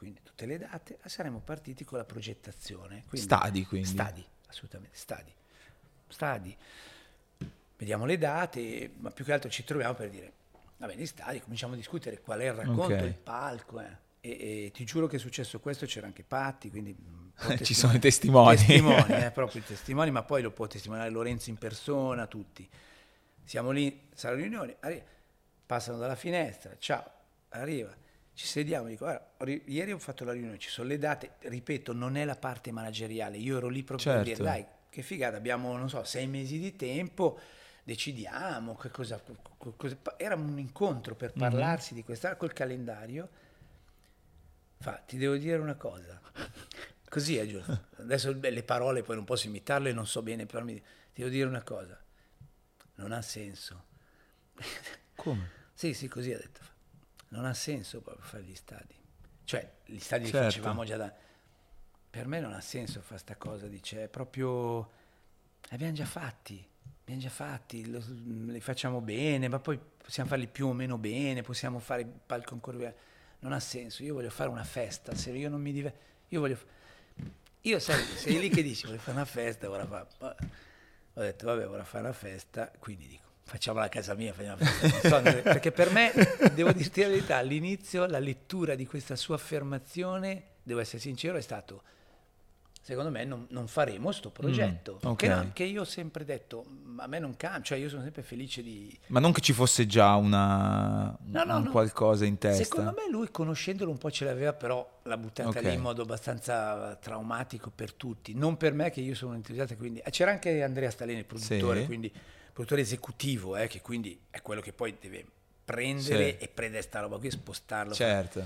Speaker 1: quindi tutte le date, saremmo partiti con la progettazione.
Speaker 2: Stadi, quindi.
Speaker 1: Stadi, assolutamente, stadi. Vediamo le date, ma più che altro ci troviamo per dire, va bene, stadi, cominciamo a discutere qual è il racconto, il palco. E ti giuro che è successo questo, c'era anche Patti, quindi
Speaker 2: ci sono i testimoni.
Speaker 1: Proprio i testimoni, ma poi lo può testimoniare Lorenzo in persona, tutti. Siamo lì, sala riunioni, passano dalla finestra, ciao, arriva, ci sediamo, dico, guarda, ieri ho fatto la riunione, ci sono le date, ripeto, non è la parte manageriale, io ero lì proprio per dire, dai, che figata, abbiamo, non so, 6 mesi di tempo, decidiamo che cosa. Era un incontro per parlarsi di questa, col calendario. Ti devo dire una cosa, così è giusto, adesso le parole poi non posso imitarle, non so bene, però ti devo dire una cosa, non ha senso.
Speaker 2: Come?
Speaker 1: Sì, così ha detto, non ha senso proprio fare gli stadi, cioè gli stadi li facevamo già per me non ha senso fare sta cosa, dice, è proprio, li abbiamo già fatti, li facciamo bene, ma poi possiamo farli più o meno bene, possiamo fare il palco ancora. Non ha senso, io voglio fare una festa, se io non mi diverto, io sai, sei lì che dici, voglio fare una festa, ho detto, vabbè, vorrei fare una festa, quindi dico, facciamola a casa mia, facciamo una festa. Perché per me, devo dirti la verità, all'inizio la lettura di questa sua affermazione, devo essere sincero, è stato, secondo me non faremo sto progetto, che io ho sempre detto, a me non cambia, cioè io sono sempre felice di.
Speaker 2: Ma non che ci fosse già un qualcosa in testa.
Speaker 1: Secondo me lui, conoscendolo un po', ce l'aveva, però l'ha buttata lì in modo abbastanza traumatico per tutti, non per me che io sono un entusiasta, quindi c'era anche Andrea Staleni, il produttore, quindi produttore esecutivo, che quindi è quello che poi deve prendere e prendere sta roba qui e spostarlo.
Speaker 2: Certo.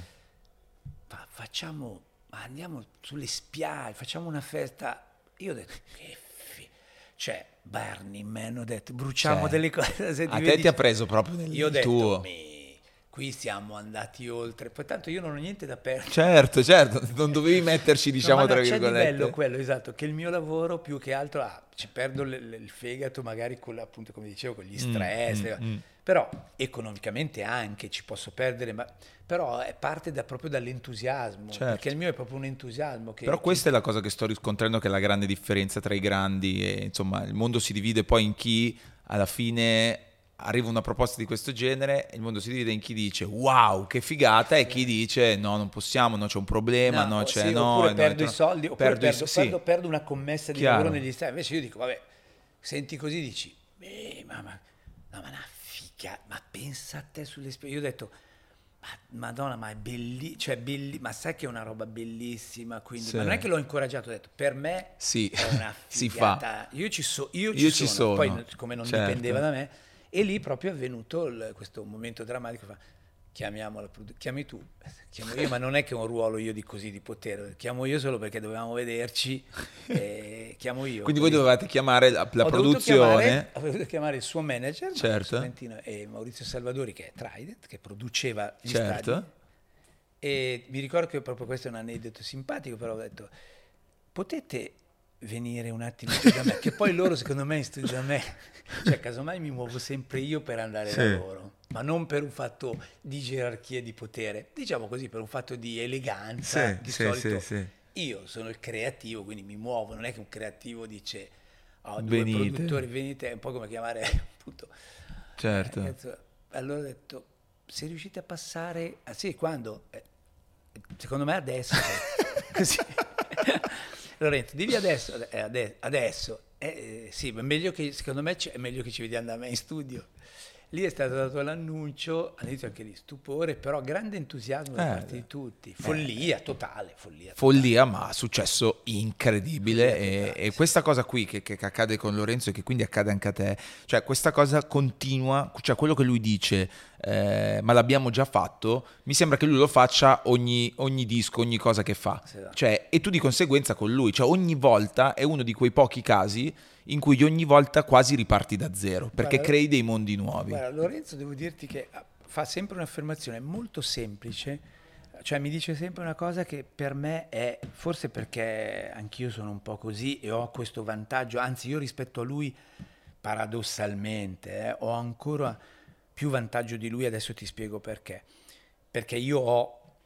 Speaker 1: Andiamo sulle spiagge, facciamo una festa. Io ho detto, cioè, Burning Man, ho detto, bruciamo delle cose.
Speaker 2: A te ti ha preso proprio nel
Speaker 1: io ho detto,
Speaker 2: tuo.
Speaker 1: Qui siamo andati oltre. Poi tanto io non ho niente da perdere.
Speaker 2: Certo, non dovevi metterci, diciamo, tra virgolette.
Speaker 1: C'è di bello quello, esatto, che il mio lavoro più che altro, ci perdo il fegato magari con, appunto, come dicevo, con gli stress, però economicamente anche ci posso perdere, però è parte proprio dall'entusiasmo, perché il mio è proprio un entusiasmo.
Speaker 2: Però questa è la cosa che sto riscontrando, che è la grande differenza tra i grandi, e insomma il mondo si divide poi in chi alla fine arriva una proposta di questo genere, e il mondo si divide in chi dice wow che figata e chi dice no, non possiamo, no, c'è un problema,
Speaker 1: oppure perdo i soldi, oppure perdo una commessa di lavoro negli stati. Invece io dico, vabbè, senti così, dici, ma una figa, ma pensa a te sulle spiagge. Io ho detto, Madonna, ma è bellissimo, ma sai che è una roba bellissima, quindi ma non è che l'ho incoraggiato, ho detto, per me è una figata,
Speaker 2: si fa.
Speaker 1: io ci sono. Poi come non dipendeva da me, e lì proprio è avvenuto questo momento drammatico. Chiami tu, chiamo io, ma non è che ho un ruolo io di potere, chiamo io solo perché dovevamo vederci, chiamo io.
Speaker 2: Quindi voi dovevate chiamare la produzione?
Speaker 1: Ho dovuto chiamare il suo manager, Sorrentino, e Maurizio Salvadori, che è Trident, che produceva gli stadi. E mi ricordo che proprio questo è un aneddoto simpatico, però ho detto, potete venire un attimo in studio da me, che poi loro secondo me in studio da me, cioè casomai mi muovo sempre io per andare da loro, ma non per un fatto di gerarchia di potere, diciamo così, per un fatto di eleganza. Di solito io sono il creativo, quindi mi muovo, non è che un creativo dice due produttori venite, è un po' come chiamare appunto. Allora ho detto, se riuscite a passare quando? Secondo me adesso così. Lorenzo, divi adesso, sì, ma meglio che, secondo me è meglio che ci vediamo da me in studio. Lì è stato dato l'annuncio, all'inizio anche di stupore, però grande entusiasmo da parte di tutti, follia totale.
Speaker 2: Follia, ma successo incredibile, e questa cosa qui che accade con Lorenzo e che quindi accade anche a te, cioè questa cosa continua, cioè quello che lui dice, ma l'abbiamo già fatto, mi sembra che lui lo faccia ogni disco, ogni cosa che fa, cioè, e tu di conseguenza con lui, cioè ogni volta è uno di quei pochi casi in cui ogni volta quasi riparti da zero, perché crei dei mondi nuovi.
Speaker 1: Guarda, Lorenzo, devo dirti che fa sempre un'affermazione molto semplice, cioè mi dice sempre una cosa che per me è, forse perché anch'io sono un po' così e ho questo vantaggio, anzi io rispetto a lui paradossalmente ho ancora più vantaggio di lui, adesso ti spiego perché. Perché io ho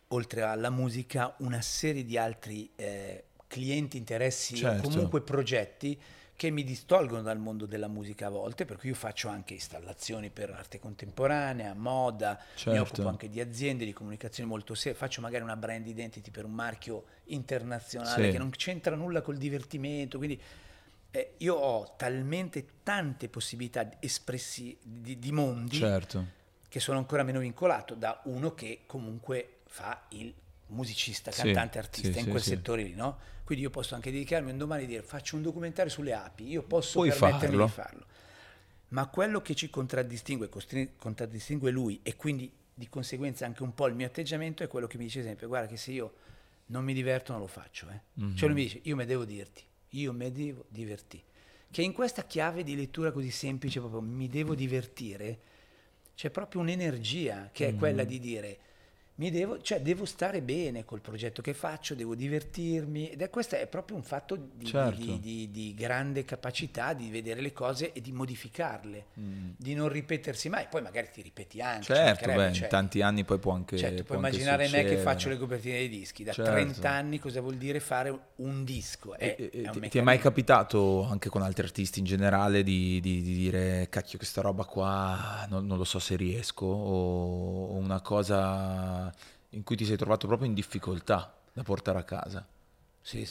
Speaker 1: oltre alla musica, una serie di altri clienti, interessi,
Speaker 2: Certo.
Speaker 1: o comunque progetti che mi distolgono dal mondo della musica a volte, per cui io faccio anche installazioni per arte contemporanea, moda, mi
Speaker 2: Certo.
Speaker 1: occupo anche di aziende, di comunicazione molto serie, faccio magari una brand identity per un marchio internazionale
Speaker 2: Sì.
Speaker 1: che non c'entra nulla col divertimento, quindi io ho talmente tante possibilità espressi di mondi
Speaker 2: Certo.
Speaker 1: che sono ancora meno vincolato da uno che comunque fa il musicista,
Speaker 2: Sì,
Speaker 1: cantante, artista
Speaker 2: sì,
Speaker 1: in
Speaker 2: sì,
Speaker 1: quel
Speaker 2: sì.
Speaker 1: settore lì, no? Quindi io posso anche dedicarmi un domani e dire faccio un documentario sulle api, io posso
Speaker 2: Puoi
Speaker 1: permettermi
Speaker 2: farlo.
Speaker 1: di farlo. Ma quello che ci contraddistingue lui e quindi di conseguenza anche un po' il mio atteggiamento è quello che mi dice sempre, guarda che se io non mi diverto non lo faccio. Cioè lui mi dice, io mi devo divertire. Che in questa chiave di lettura così semplice, proprio mi devo divertire, c'è proprio un'energia che è quella di dire devo stare bene col progetto che faccio, devo divertirmi questo è proprio un fatto
Speaker 2: Certo.
Speaker 1: di grande capacità di vedere le cose e di modificarle, di non ripetersi mai, poi magari ti ripeti anche, ci
Speaker 2: Certo,
Speaker 1: mancherebbe,
Speaker 2: in tanti anni poi può anche
Speaker 1: certo,
Speaker 2: può
Speaker 1: puoi
Speaker 2: anche
Speaker 1: immaginare me che
Speaker 2: succedere.
Speaker 1: faccio le copertine dei dischi, da
Speaker 2: Certo.
Speaker 1: 30 anni cosa vuol dire fare un disco, è un
Speaker 2: Ti è
Speaker 1: meccanismo.
Speaker 2: mai capitato, anche con altri artisti in generale, di dire cacchio questa roba qua non lo so se riesco, o una cosa in cui ti sei trovato proprio in difficoltà da portare a casa?
Speaker 1: Sì,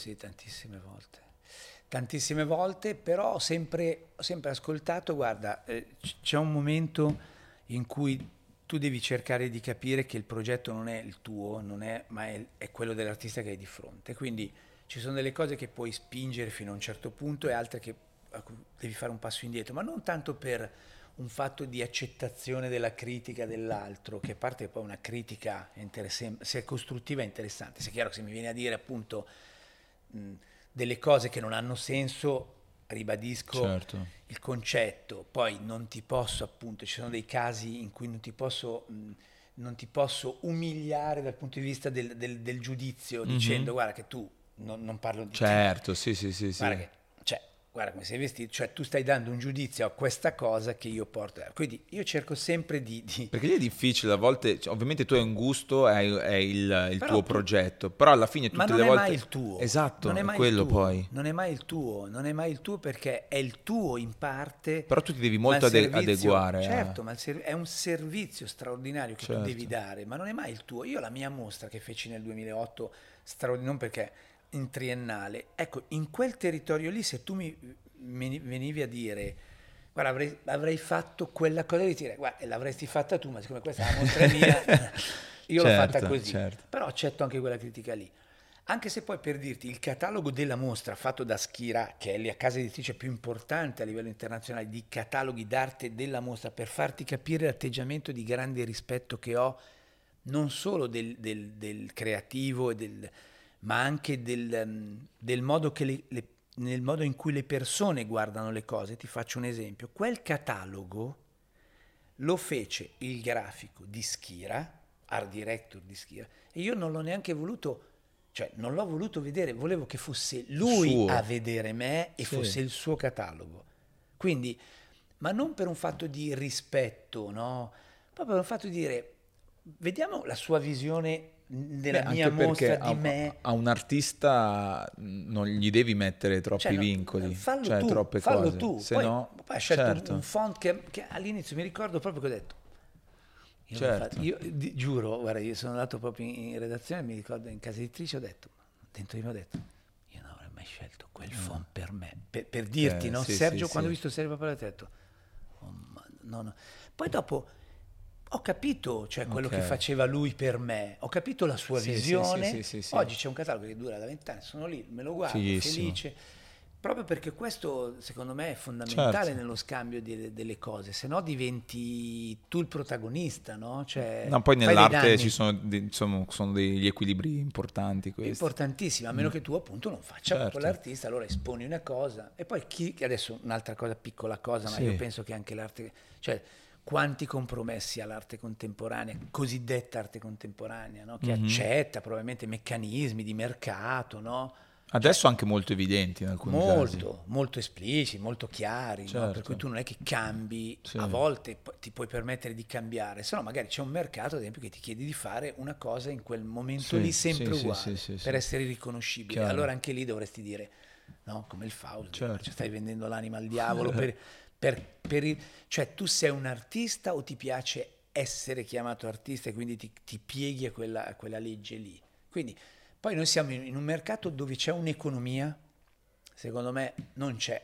Speaker 1: tantissime volte, però ho sempre ascoltato, guarda, c'è un momento in cui tu devi cercare di capire che il progetto non è il tuo, ma è quello dell'artista che hai di fronte, quindi ci sono delle cose che puoi spingere fino a un certo punto e altre a cui devi fare un passo indietro, ma non tanto per un fatto di accettazione della critica dell'altro, che a parte poi una critica se è costruttiva è interessante, se è chiaro che se mi viene a dire appunto delle cose che non hanno senso, ribadisco
Speaker 2: Certo.
Speaker 1: il concetto, poi non ti posso appunto, ci sono dei casi in cui non ti posso umiliare dal punto di vista del giudizio, dicendo guarda che tu non parlo di te,
Speaker 2: Certo, sì, sì, sì, sì.
Speaker 1: guarda come sei vestito, cioè tu stai dando un giudizio a questa cosa che io porto. Quindi io cerco sempre di
Speaker 2: Perché lì è difficile, a volte, cioè, ovviamente tu hai un gusto, è il
Speaker 1: Però
Speaker 2: tuo
Speaker 1: tu-
Speaker 2: progetto, però alla fine
Speaker 1: ma
Speaker 2: tutte
Speaker 1: non
Speaker 2: le
Speaker 1: è
Speaker 2: volte...
Speaker 1: mai il tuo.
Speaker 2: Esatto,
Speaker 1: Non è
Speaker 2: è
Speaker 1: mai
Speaker 2: quello
Speaker 1: il tuo.
Speaker 2: poi.
Speaker 1: Non è mai il tuo perché è il tuo in parte.
Speaker 2: Però tu ti devi
Speaker 1: ma
Speaker 2: molto
Speaker 1: il servizio-
Speaker 2: adeguare a-
Speaker 1: Certo, ma è un servizio straordinario che tu
Speaker 2: Certo.
Speaker 1: devi dare, ma non è mai il tuo. Io la mia mostra che feci nel 2008, non perché in triennale, ecco, in quel territorio lì se tu mi venivi a dire guarda avrei fatto quella cosa di dire guarda l'avresti fatta tu, ma siccome questa è la mostra mia io l'ho fatta
Speaker 2: Certo,
Speaker 1: così,
Speaker 2: certo.
Speaker 1: però accetto anche quella critica lì, anche se poi per dirti il catalogo della mostra fatto da Schira, che è la casa editrice più importante a livello internazionale di cataloghi d'arte della mostra, per farti capire l'atteggiamento di grande rispetto che ho non solo del creativo ma anche del modo che nel modo in cui le persone guardano le cose. Ti faccio un esempio. Quel catalogo lo fece il grafico di Schira, art director di Schira, e io non l'ho neanche voluto, cioè non l'ho voluto vedere, volevo che fosse lui
Speaker 2: Suo.
Speaker 1: a vedere me e
Speaker 2: Sì.
Speaker 1: fosse il suo catalogo. Quindi, ma non per un fatto di rispetto, no? Proprio per un fatto di dire, vediamo la sua visione della
Speaker 2: Beh,
Speaker 1: mia
Speaker 2: anche
Speaker 1: mostra
Speaker 2: perché
Speaker 1: di me.
Speaker 2: a un artista non gli devi mettere troppi
Speaker 1: Cioè, no,
Speaker 2: vincoli,
Speaker 1: fallo
Speaker 2: cioè
Speaker 1: tu,
Speaker 2: troppe
Speaker 1: fallo
Speaker 2: cose.
Speaker 1: tu.
Speaker 2: Se
Speaker 1: Poi,
Speaker 2: no,
Speaker 1: poi ha scelto
Speaker 2: certo.
Speaker 1: un font che all'inizio mi ricordo proprio che ho detto. Io,
Speaker 2: Certo.
Speaker 1: giuro, guarda, io sono andato proprio in redazione, mi ricordo in casa editrice, ho detto, dentro di me ho detto, io non avrei mai scelto quel font per me, per dirti, no?
Speaker 2: sì,
Speaker 1: Sergio,
Speaker 2: sì,
Speaker 1: quando
Speaker 2: sì.
Speaker 1: ho visto Sergio Paparazzi ho detto, oh, no. Poi dopo ho capito, cioè, quello
Speaker 2: Ok.
Speaker 1: che faceva lui per me, ho capito la sua
Speaker 2: Sì, sì,
Speaker 1: visione.
Speaker 2: sì.
Speaker 1: Oggi c'è un catalogo che dura da 20 anni, sono lì, me lo guardo,
Speaker 2: Fighissimo.
Speaker 1: felice, proprio perché questo secondo me è fondamentale
Speaker 2: Certo.
Speaker 1: nello scambio delle cose, se no diventi tu il protagonista, no? Cioè,
Speaker 2: No, poi
Speaker 1: fai dei
Speaker 2: nell'arte
Speaker 1: danni.
Speaker 2: ci sono, sono degli equilibri importanti questi.
Speaker 1: Importantissimo, a meno che tu appunto non faccia
Speaker 2: Certo.
Speaker 1: proprio l'artista, allora esponi una cosa e poi adesso un'altra cosa, piccola cosa, ma
Speaker 2: Sì.
Speaker 1: io penso che anche l'arte, cioè quanti compromessi ha l'arte contemporanea, cosiddetta arte contemporanea, no? Che accetta probabilmente meccanismi di mercato, no?
Speaker 2: Adesso anche molto evidenti in alcuni casi.
Speaker 1: Molto espliciti, molto chiari, no? Per cui tu non è che cambi, a volte ti puoi permettere di cambiare, se no magari c'è un mercato ad esempio che ti chiede di fare una cosa in quel momento lì sempre uguale per essere riconoscibile.
Speaker 2: Chiaro.
Speaker 1: Allora anche lì dovresti dire, no, come il Faust, cioè stai vendendo l'anima al diavolo cioè tu sei un artista o ti piace essere chiamato artista e quindi ti pieghi a quella legge lì. Quindi poi noi siamo in un mercato dove c'è un'economia, secondo me non c'è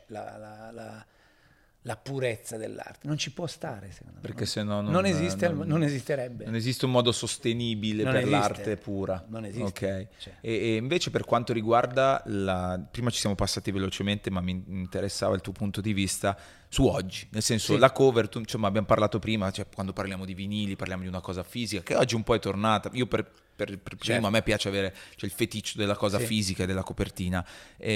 Speaker 1: la purezza dell'arte, non ci può stare secondo me.
Speaker 2: Perché se no
Speaker 1: non esisterebbe.
Speaker 2: Non esiste un modo sostenibile per l'arte pura.
Speaker 1: Non esiste.
Speaker 2: Okay.
Speaker 1: Cioè.
Speaker 2: E invece per quanto riguarda prima ci siamo passati velocemente, ma mi interessava il tuo punto di vista su oggi, nel senso la cover, insomma abbiamo parlato prima, cioè quando parliamo di vinili parliamo di una cosa fisica che oggi un po' è tornata. Io per primo a me piace avere il feticcio della cosa fisica e della copertina.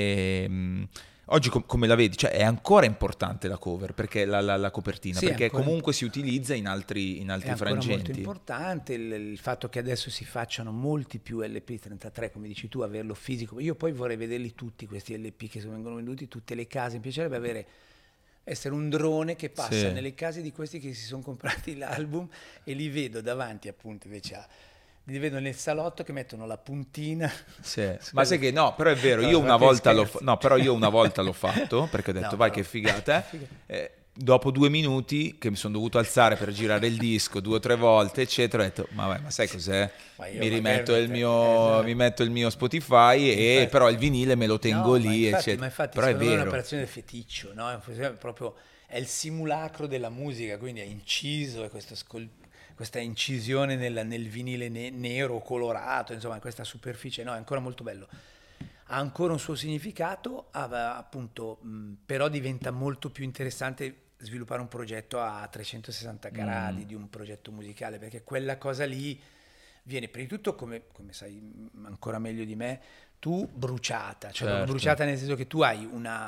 Speaker 2: Oggi come la vedi? Cioè è ancora importante la cover, perché la copertina, perché comunque si utilizza in altri frangenti. È
Speaker 1: molto importante il fatto che adesso si facciano molti più LP33, come dici tu, averlo fisico. Io poi vorrei vederli tutti questi LP che vengono venduti, tutte le case. Mi piacerebbe essere un drone che passa nelle case di questi che si sono comprati l'album e li vedo davanti appunto invece li vedo nel salotto che mettono la puntina.
Speaker 2: Ma sai che no, però è vero, io una volta l'ho fatto perché ho detto vai che figata. Dopo 2 minuti che mi sono dovuto alzare per girare il disco 2 o 3 volte eccetera, ho detto ma sai cos'è? Mi metto il mio Spotify però il vinile me lo tengo lì eccetera.
Speaker 1: Ma infatti
Speaker 2: però è vero,
Speaker 1: è un'operazione del feticcio, no? È il simulacro della musica, quindi è inciso, è questa incisione nel vinile nero colorato, insomma questa superficie, no, è ancora molto bello, ha ancora un suo significato, appunto, però diventa molto più interessante sviluppare un progetto a 360 gradi di un progetto musicale, perché quella cosa lì viene prima di tutto, come sai ancora meglio di me, tu bruciata, cioè bruciata nel senso che tu hai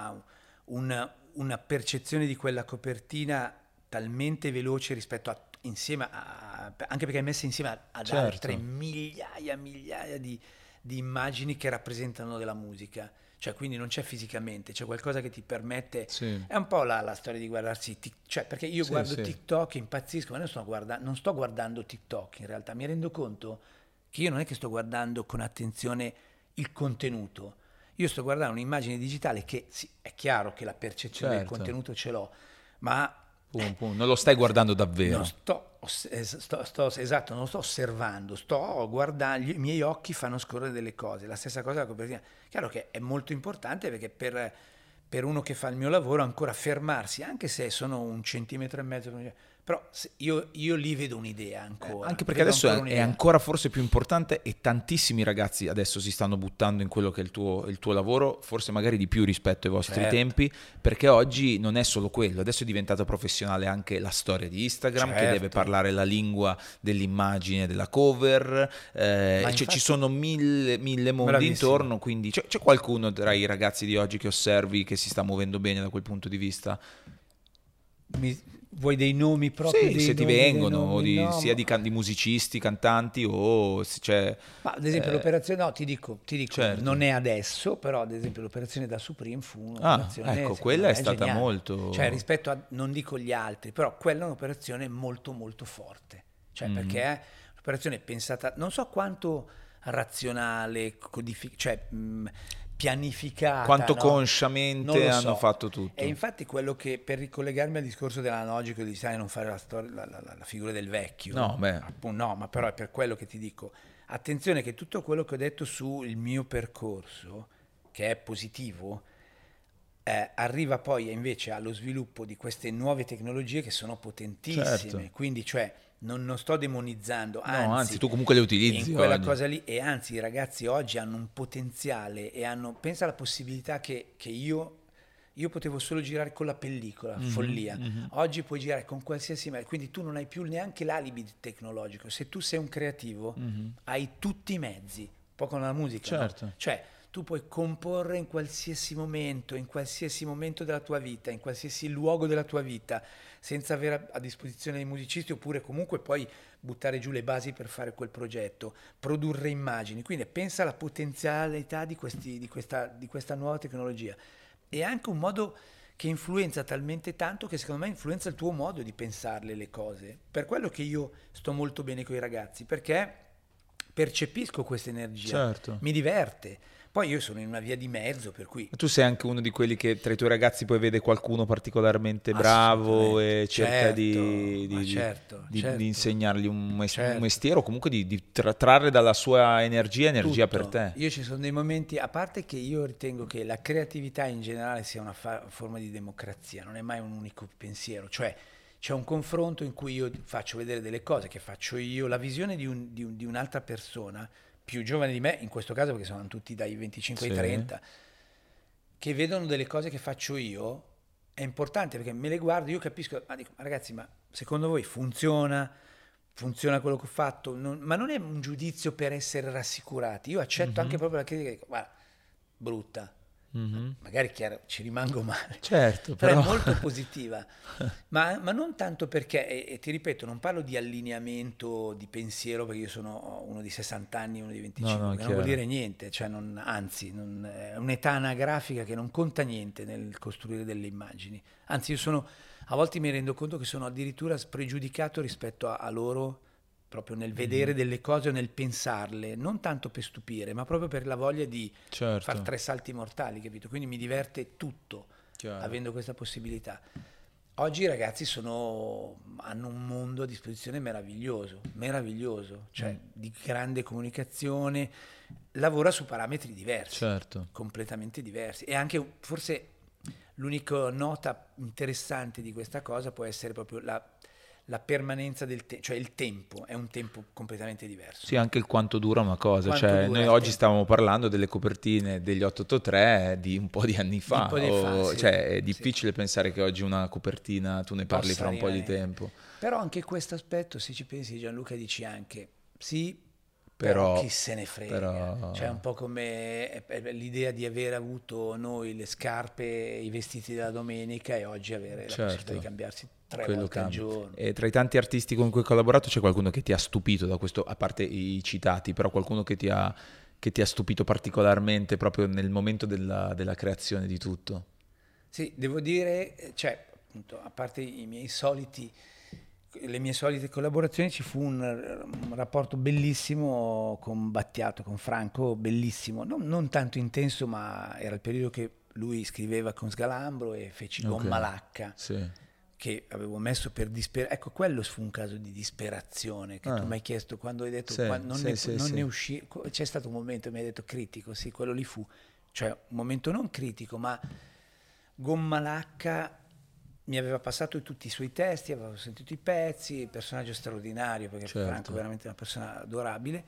Speaker 1: una percezione di quella copertina talmente veloce rispetto a anche perché è messa insieme ad altre migliaia di immagini che rappresentano della musica, cioè quindi non c'è fisicamente, c'è qualcosa che ti permette, è un po' la storia di guardarsi cioè perché io guardo TikTok e impazzisco, ma non sto guardando TikTok in realtà, mi rendo conto che io non è che sto guardando con attenzione il contenuto, io sto guardando un'immagine digitale che è chiaro che la percezione del contenuto ce l'ho, ma
Speaker 2: non lo stai guardando davvero.
Speaker 1: Non non sto osservando, sto guardando, i miei occhi fanno scorrere delle cose, la stessa cosa della copertina. Chiaro che è molto importante perché per uno che fa il mio lavoro ancora fermarsi, anche se sono 1,5 centimetri, però io lì vedo un'idea ancora.
Speaker 2: Anche perché adesso è ancora forse più importante e tantissimi ragazzi adesso si stanno buttando in quello che è il tuo lavoro, forse magari di più rispetto ai vostri tempi, perché oggi non è solo quello, adesso è diventata professionale anche la storia di Instagram che deve parlare la lingua dell'immagine, della cover, infatti, ci sono mille mondi intorno, quindi c'è qualcuno tra i ragazzi di oggi che osservi che si sta muovendo bene da quel punto di vista?
Speaker 1: Vuoi dei nomi proprio?
Speaker 2: Se ti vengono, sia di musicisti, cantanti o se c'è...
Speaker 1: Ma ad esempio l'operazione, no, ti dico non è adesso, però ad esempio l'operazione da Supreme fu un'operazione...
Speaker 2: ecco, quella è stata
Speaker 1: geniale.
Speaker 2: Molto...
Speaker 1: Cioè rispetto a, non dico gli altri, però quella è un'operazione molto molto forte, cioè perché è un'operazione pensata, non so quanto razionale, pianificata,
Speaker 2: quanto consciamente hanno fatto tutto.
Speaker 1: E infatti quello che, per ricollegarmi al discorso dell'analogico di non fare la figura del vecchio, no, ma però è per quello che ti dico, attenzione che tutto quello che ho detto sul mio percorso, che è positivo, arriva poi invece allo sviluppo di queste nuove tecnologie che sono potentissime, quindi cioè non sto demonizzando,
Speaker 2: anzi tu comunque le utilizzi
Speaker 1: in quella cosa lì, e anzi i ragazzi oggi hanno un potenziale e pensa alla possibilità che io potevo solo girare con la pellicola, follia, oggi puoi girare con qualsiasi mezzo, quindi tu non hai più neanche l'alibi tecnologico, se tu sei un creativo hai tutti i mezzi, un po' con la musica, no? Cioè tu puoi comporre in qualsiasi momento della tua vita, in qualsiasi luogo della tua vita, senza avere a disposizione dei musicisti, oppure comunque poi buttare giù le basi per fare quel progetto, produrre immagini. Quindi pensa alla potenzialità di questa nuova tecnologia. È anche un modo che influenza talmente tanto che secondo me influenza il tuo modo di pensarle le cose. Per quello che io sto molto bene con i ragazzi, perché percepisco questa energia,
Speaker 2: certo.
Speaker 1: Mi diverte. Poi io sono in una via di mezzo, per cui...
Speaker 2: Tu sei anche uno di quelli che tra i tuoi ragazzi poi vede qualcuno particolarmente bravo e cerca di insegnargli un mestiere o comunque di trarre dalla sua energia
Speaker 1: Tutto.
Speaker 2: per te.
Speaker 1: Io ci sono dei momenti, a parte che io ritengo che la creatività in generale sia una forma di democrazia, non è mai un unico pensiero, cioè c'è un confronto in cui io faccio vedere delle cose che faccio io, la visione di un'altra persona più giovane di me, in questo caso perché sono tutti dai 25 ai 30, che vedono delle cose che faccio io, è importante perché me le guardo, io capisco, ma dico, ragazzi, ma secondo voi funziona quello che ho fatto? Ma non è un giudizio per essere rassicurati, io accetto anche proprio la critica, dico, guarda, brutta, magari chiaro, ci rimango male,
Speaker 2: certo,
Speaker 1: però è molto positiva, ma non tanto perché, e ti ripeto, non parlo di allineamento di pensiero, perché io sono uno di 60 anni, uno di 25, che non vuol dire niente, cioè anzi, è un'età anagrafica che non conta niente nel costruire delle immagini, anzi io a volte mi rendo conto che sono addirittura spregiudicato rispetto a loro, proprio nel vedere delle cose o nel pensarle, non tanto per stupire, ma proprio per la voglia di fare 3 salti mortali, capito? Quindi mi diverte tutto, avendo questa possibilità. Oggi i ragazzi hanno un mondo a disposizione meraviglioso, cioè di grande comunicazione, lavora su parametri diversi, completamente diversi. E anche forse l'unica nota interessante di questa cosa può essere proprio la permanenza del tempo, cioè il tempo, è un tempo completamente diverso.
Speaker 2: Sì, anche il quanto dura una cosa, cioè noi oggi stavamo parlando delle copertine degli 883 di un po' di anni fa, cioè è difficile pensare che oggi una copertina tu ne parli fra un po' di tempo.
Speaker 1: Però anche questo aspetto, se ci pensi Gianluca, dici anche, però chi se ne frega, cioè un po' come l'idea di aver avuto noi le scarpe e i vestiti della domenica e oggi avere la possibilità di cambiarsi 3 volte al giorno.
Speaker 2: E tra i tanti artisti con cui hai collaborato c'è qualcuno che ti ha stupito da questo, a parte i citati, però qualcuno che ti ha stupito particolarmente proprio nel momento della creazione di tutto?
Speaker 1: Sì, devo dire, cioè appunto, a parte le mie solite collaborazioni, ci fu un rapporto bellissimo con Battiato, con Franco, bellissimo, non tanto intenso, ma era il periodo che lui scriveva con Sgalambro e feci Gomma Lacca, che avevo messo per disperare. Ecco, quello fu un caso di disperazione che tu mi hai chiesto quando hai detto non ne uscì. C'è stato un momento, mi hai detto critico, sì, quello lì fu, cioè un momento non critico, ma Gomma Lacca mi aveva passato tutti i suoi testi, avevo sentito i pezzi, personaggio straordinario, perché Franco è veramente una persona adorabile,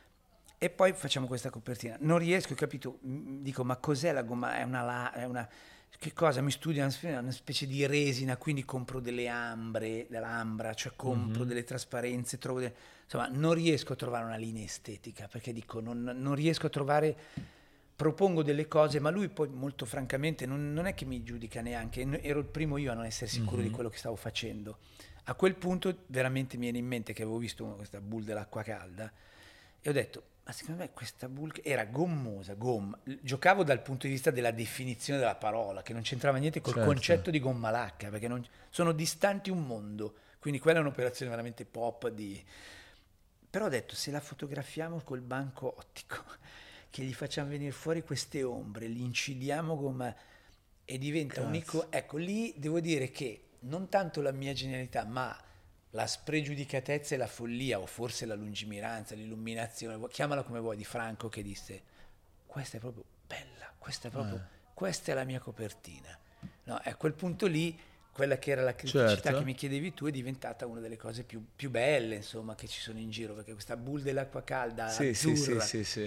Speaker 1: e poi facciamo questa copertina. Non riesco, capito, dico, ma cos'è la gomma? È una che cosa? Mi studio una specie di resina, quindi compro dell'ambra, cioè compro delle trasparenze, insomma, non riesco a trovare una linea estetica, perché dico, non riesco a trovare... Propongo delle cose, ma lui poi molto francamente non è che mi giudica neanche, ero il primo io a non essere sicuro di quello che stavo facendo. A quel punto veramente mi viene in mente che avevo visto questa boule dell'acqua calda e ho detto, ma secondo me questa boule era gommosa, giocavo dal punto di vista della definizione della parola, che non c'entrava niente col concetto di gomma lacca, perché sono distanti un mondo, quindi quella è un'operazione veramente pop Però ho detto, se la fotografiamo col banco ottico, che gli facciamo venire fuori queste ombre, li incidiamo e diventa unico. Ecco, lì devo dire che non tanto la mia genialità, ma la spregiudicatezza e la follia, o forse la lungimiranza, l'illuminazione, chiamala come vuoi, di Franco, che disse, questa è proprio bella, questa è la mia copertina. No, a quel punto lì, quella che era la criticità che mi chiedevi tu è diventata una delle cose più belle, insomma, che ci sono in giro, perché questa boule dell'acqua calda azzurra,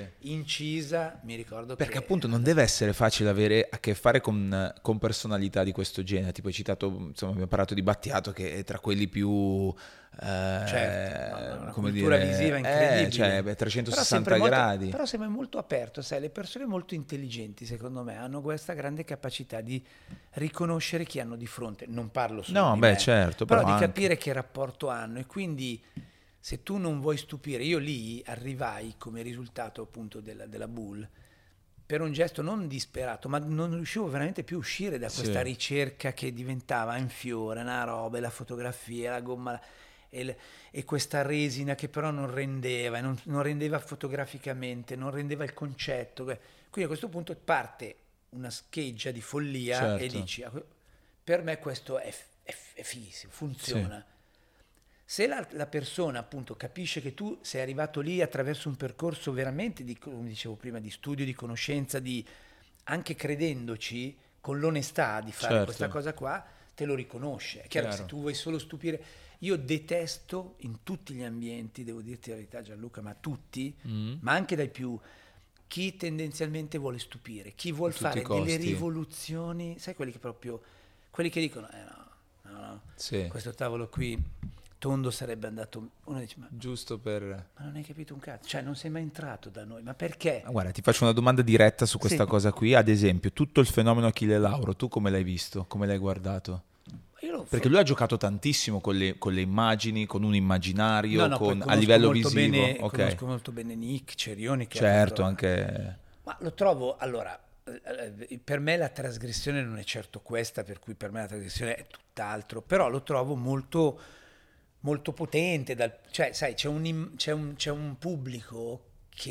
Speaker 1: incisa, mi ricordo
Speaker 2: perché appunto non deve essere facile avere a che fare con personalità di questo genere. Tipo hai citato, insomma, abbiamo parlato di Battiato, che è tra quelli più
Speaker 1: certo, una
Speaker 2: come
Speaker 1: cultura
Speaker 2: dire,
Speaker 1: visiva incredibile.
Speaker 2: cioè,
Speaker 1: Però
Speaker 2: 360 gradi.
Speaker 1: Però sembra molto aperto, sai, le persone molto intelligenti, secondo me, hanno questa grande capacità di riconoscere chi hanno di fronte. Non parlo solo
Speaker 2: No,
Speaker 1: di
Speaker 2: beh,
Speaker 1: me,
Speaker 2: certo,
Speaker 1: però
Speaker 2: però
Speaker 1: di
Speaker 2: anche.
Speaker 1: capire che rapporto hanno, e quindi se tu non vuoi stupire, io lì arrivai come risultato appunto della Bull per un gesto non disperato, ma non riuscivo veramente più a uscire da questa
Speaker 2: Sì.
Speaker 1: ricerca che diventava in fiore, una roba, e la fotografia, la gomma e questa resina che però non rendeva, e non rendeva fotograficamente, non rendeva il concetto. Quindi a questo punto parte una scheggia di follia e
Speaker 2: Certo.
Speaker 1: dici, per me questo è fighissimo, funziona. Se la persona appunto capisce che tu sei arrivato lì attraverso un percorso veramente di, come dicevo prima, di studio, di conoscenza, di anche credendoci, con l'onestà di fare
Speaker 2: Certo.
Speaker 1: questa cosa qua, te lo riconosce. È chiaro che se
Speaker 2: Chiaro.
Speaker 1: tu vuoi solo stupire, io detesto in tutti gli ambienti, devo dirti la verità Gianluca, ma tutti, ma anche dai più, chi tendenzialmente vuole stupire, chi vuole
Speaker 2: A tutti
Speaker 1: fare
Speaker 2: i costi.
Speaker 1: delle rivoluzioni, sai quelli che proprio, quelli che dicono, no,
Speaker 2: Sì.
Speaker 1: questo tavolo qui tondo sarebbe andato, uno dice
Speaker 2: Giusto per...
Speaker 1: ma non hai capito un cazzo, cioè non sei mai entrato da noi, ma perché?
Speaker 2: Ma guarda, ti faccio una domanda diretta su questa
Speaker 1: Sì.
Speaker 2: cosa qui. Ad esempio, tutto il fenomeno Achille Lauro, tu come l'hai visto? Come l'hai guardato? Perché lui ha giocato tantissimo con le immagini, con un immaginario,
Speaker 1: No, poi
Speaker 2: a livello
Speaker 1: molto
Speaker 2: visivo.
Speaker 1: bene,
Speaker 2: Ok.
Speaker 1: conosco molto bene Nick Cerioni che ha
Speaker 2: Certo,
Speaker 1: fatto-
Speaker 2: anche...
Speaker 1: Ma lo trovo, allora, per me la trasgressione non è certo questa, per cui per me la trasgressione è tutt'altro, però lo trovo molto, molto potente, cioè sai, c'è un pubblico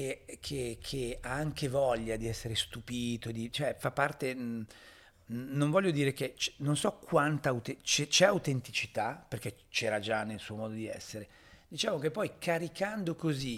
Speaker 1: che ha anche voglia di essere stupito, cioè fa parte, non voglio dire che, non so quanta, c'è autenticità, perché c'era già nel suo modo di essere, diciamo che poi caricando così,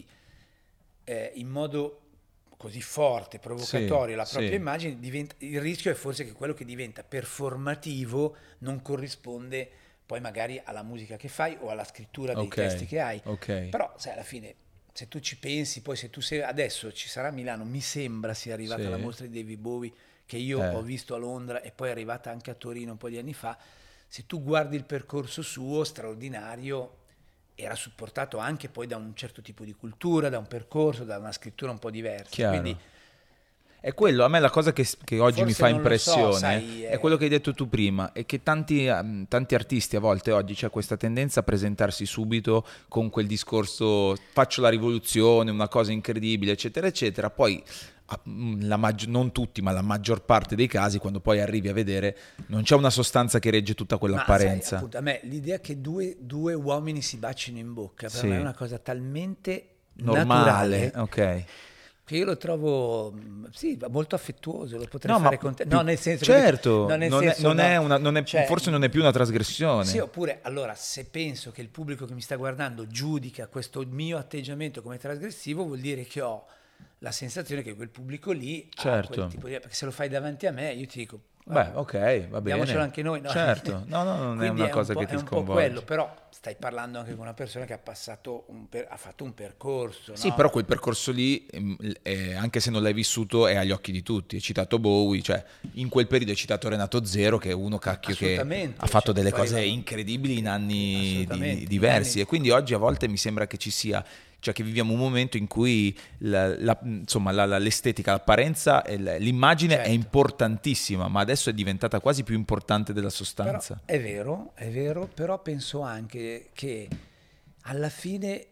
Speaker 1: in modo così forte, provocatorio, la propria immagine, il rischio è forse che quello che diventa performativo non corrisponde poi magari alla musica che fai o alla scrittura dei testi che hai. Però sai, alla fine, se tu ci pensi, poi se tu sei, adesso ci sarà a Milano, mi sembra sia arrivata la mostra di David Bowie, che io ho visto a Londra e poi è arrivata anche a Torino un po' di anni fa. Se tu guardi il percorso suo, straordinario, era supportato anche poi da un certo tipo di cultura, da un percorso, da una scrittura un po' diversa.
Speaker 2: Chiaro.
Speaker 1: Quindi
Speaker 2: È quello, a me la cosa che oggi mi
Speaker 1: forse
Speaker 2: fa
Speaker 1: non lo so,
Speaker 2: impressione
Speaker 1: sai,
Speaker 2: è quello che hai detto tu prima, è che tanti artisti a volte oggi c'è questa tendenza a presentarsi subito con quel discorso faccio la rivoluzione, una cosa incredibile, eccetera, eccetera, poi non tutti, ma la maggior parte dei casi, quando poi arrivi a vedere, non c'è una sostanza che regge tutta
Speaker 1: ma
Speaker 2: quell'apparenza.
Speaker 1: sai, appunto, a me l'idea che due uomini si bacino in bocca per me è una cosa talmente
Speaker 2: Normale,
Speaker 1: naturale
Speaker 2: ok.
Speaker 1: che io lo trovo molto affettuoso, lo potrei
Speaker 2: No,
Speaker 1: fare
Speaker 2: ma
Speaker 1: con te.
Speaker 2: più-
Speaker 1: No, nel senso
Speaker 2: certo,
Speaker 1: no, nel
Speaker 2: non è-
Speaker 1: senso,
Speaker 2: non è
Speaker 1: no.
Speaker 2: una- non è-
Speaker 1: Cioè,
Speaker 2: forse non è più una trasgressione.
Speaker 1: Sì, oppure allora se penso che il pubblico che mi sta guardando giudica questo mio atteggiamento come trasgressivo, vuol dire che ho la sensazione che quel pubblico lì ha
Speaker 2: Certo.
Speaker 1: quel tipo di... Perché se lo fai davanti a me, io ti dico,
Speaker 2: Beh, ok, va bene.
Speaker 1: diamocelo anche noi. No?
Speaker 2: Certo, no, non è
Speaker 1: Quindi
Speaker 2: una cosa
Speaker 1: po',
Speaker 2: che ti
Speaker 1: è un po'
Speaker 2: sconvolge.
Speaker 1: quello, però stai parlando anche con una persona che ha passato ha fatto un percorso,
Speaker 2: Sì,
Speaker 1: no?
Speaker 2: però quel percorso lì, anche se non l'hai vissuto, è agli occhi di tutti. Hai citato Bowie, cioè in quel periodo hai citato Renato Zero, che è uno cacchio che
Speaker 1: Assolutamente,
Speaker 2: ha fatto
Speaker 1: cioè,
Speaker 2: delle
Speaker 1: poi
Speaker 2: cose
Speaker 1: arrivano-
Speaker 2: incredibili in anni
Speaker 1: Assolutamente, in
Speaker 2: diversi.
Speaker 1: anni-
Speaker 2: E quindi oggi a volte mi sembra che ci sia, cioè che viviamo un momento in cui insomma, l'estetica, l'apparenza e l'immagine
Speaker 1: Certo.
Speaker 2: è importantissima, ma adesso è diventata quasi più importante della sostanza.
Speaker 1: Però, è vero, però penso anche che alla fine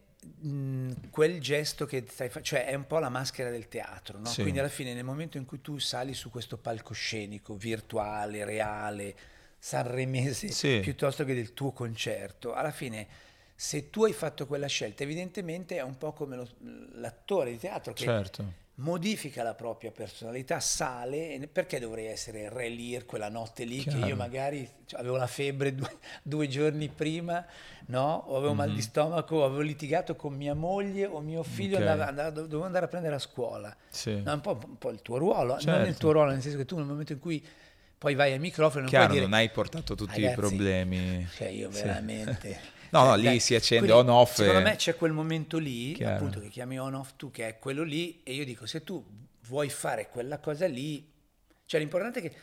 Speaker 1: quel gesto che stai facendo, cioè è un po' la maschera del teatro, no?
Speaker 2: Sì.
Speaker 1: Quindi alla fine nel momento in cui tu sali su questo palcoscenico virtuale, reale, sanremese,
Speaker 2: Sì.
Speaker 1: piuttosto che del tuo concerto, alla fine se tu hai fatto quella scelta, evidentemente è un po' come l'attore di teatro che
Speaker 2: Certo.
Speaker 1: modifica la propria personalità, sale, perché dovrei essere Re Lear quella notte lì
Speaker 2: Chiaro.
Speaker 1: che io magari avevo la febbre due giorni prima, no? O avevo mal di stomaco, o avevo litigato con mia moglie o mio figlio,
Speaker 2: Ok.
Speaker 1: dovevo andare a prendere a scuola.
Speaker 2: Sì.
Speaker 1: No, un po' il tuo ruolo, non
Speaker 2: Certo.
Speaker 1: il tuo ruolo, nel senso che tu nel momento in cui poi vai al microfono non
Speaker 2: Chiaro,
Speaker 1: puoi dire
Speaker 2: non hai portato tutti
Speaker 1: "Ragazzi,
Speaker 2: i problemi.
Speaker 1: cioè io
Speaker 2: Sì.
Speaker 1: veramente...
Speaker 2: No,
Speaker 1: Cioè,
Speaker 2: no, lì
Speaker 1: dai,
Speaker 2: si accende
Speaker 1: quindi,
Speaker 2: on-off
Speaker 1: Secondo
Speaker 2: e-
Speaker 1: me c'è quel momento lì,
Speaker 2: Chiaro.
Speaker 1: appunto, che chiami on-off tu, che è quello lì, e io dico, se tu vuoi fare quella cosa lì, cioè l'importante è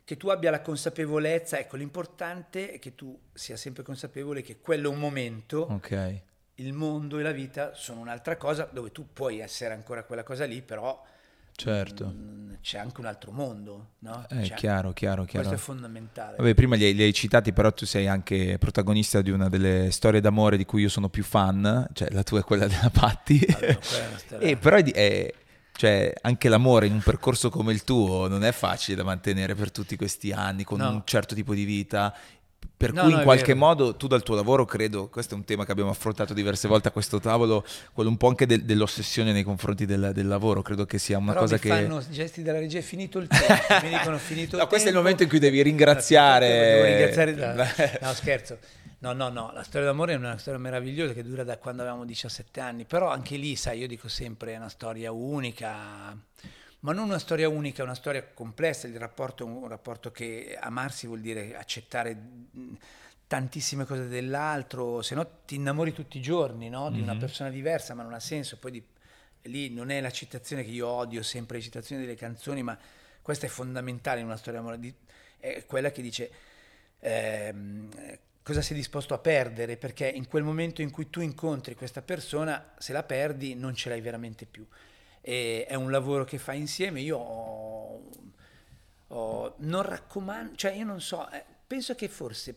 Speaker 1: che tu abbia la consapevolezza, ecco, l'importante è che tu sia sempre consapevole che quello è un momento,
Speaker 2: Ok.
Speaker 1: il mondo e la vita sono un'altra cosa, dove tu puoi essere ancora quella cosa lì, però
Speaker 2: Certo.
Speaker 1: c'è anche un altro mondo, no?
Speaker 2: Chiaro.
Speaker 1: Questo è fondamentale.
Speaker 2: Vabbè, prima li hai citati, però tu sei anche protagonista di una delle storie d'amore di cui io sono più fan, cioè la tua è quella della Patti.
Speaker 1: Allora, quella è una storia-
Speaker 2: E però cioè, anche l'amore in un percorso come il tuo non è facile da mantenere per tutti questi anni, con
Speaker 1: No.
Speaker 2: un certo tipo di vita. Per
Speaker 1: No,
Speaker 2: cui
Speaker 1: no,
Speaker 2: in
Speaker 1: è
Speaker 2: qualche
Speaker 1: vero.
Speaker 2: modo tu dal tuo lavoro, credo, questo è un tema che abbiamo affrontato diverse volte a questo tavolo, quello un po' anche dell'ossessione nei confronti del lavoro, credo che sia una
Speaker 1: Però
Speaker 2: cosa
Speaker 1: mi
Speaker 2: che...
Speaker 1: fanno gesti della regia, è finito il tempo, mi dicono finito il
Speaker 2: No, questo è il
Speaker 1: tempo.
Speaker 2: momento in cui devi ringraziare...
Speaker 1: Devo ringraziare no, scherzo. No, la storia d'amore è una storia meravigliosa che dura da quando avevamo 17 anni, però anche lì, sai, io dico sempre è una storia unica, ma non una storia unica, è una storia complessa. Il rapporto è un rapporto che amarsi vuol dire accettare tantissime cose dell'altro, se no ti innamori tutti i giorni, no? Di una persona diversa, ma non ha senso. Poi lì non è la citazione che io odio sempre, le citazioni delle canzoni, ma questa è fondamentale in una storia d'amore, è quella che dice cosa sei disposto a perdere, perché in quel momento in cui tu incontri questa persona, se la perdi non ce l'hai veramente più. E è un lavoro che fai insieme. Io non raccomando, cioè io non so, penso che forse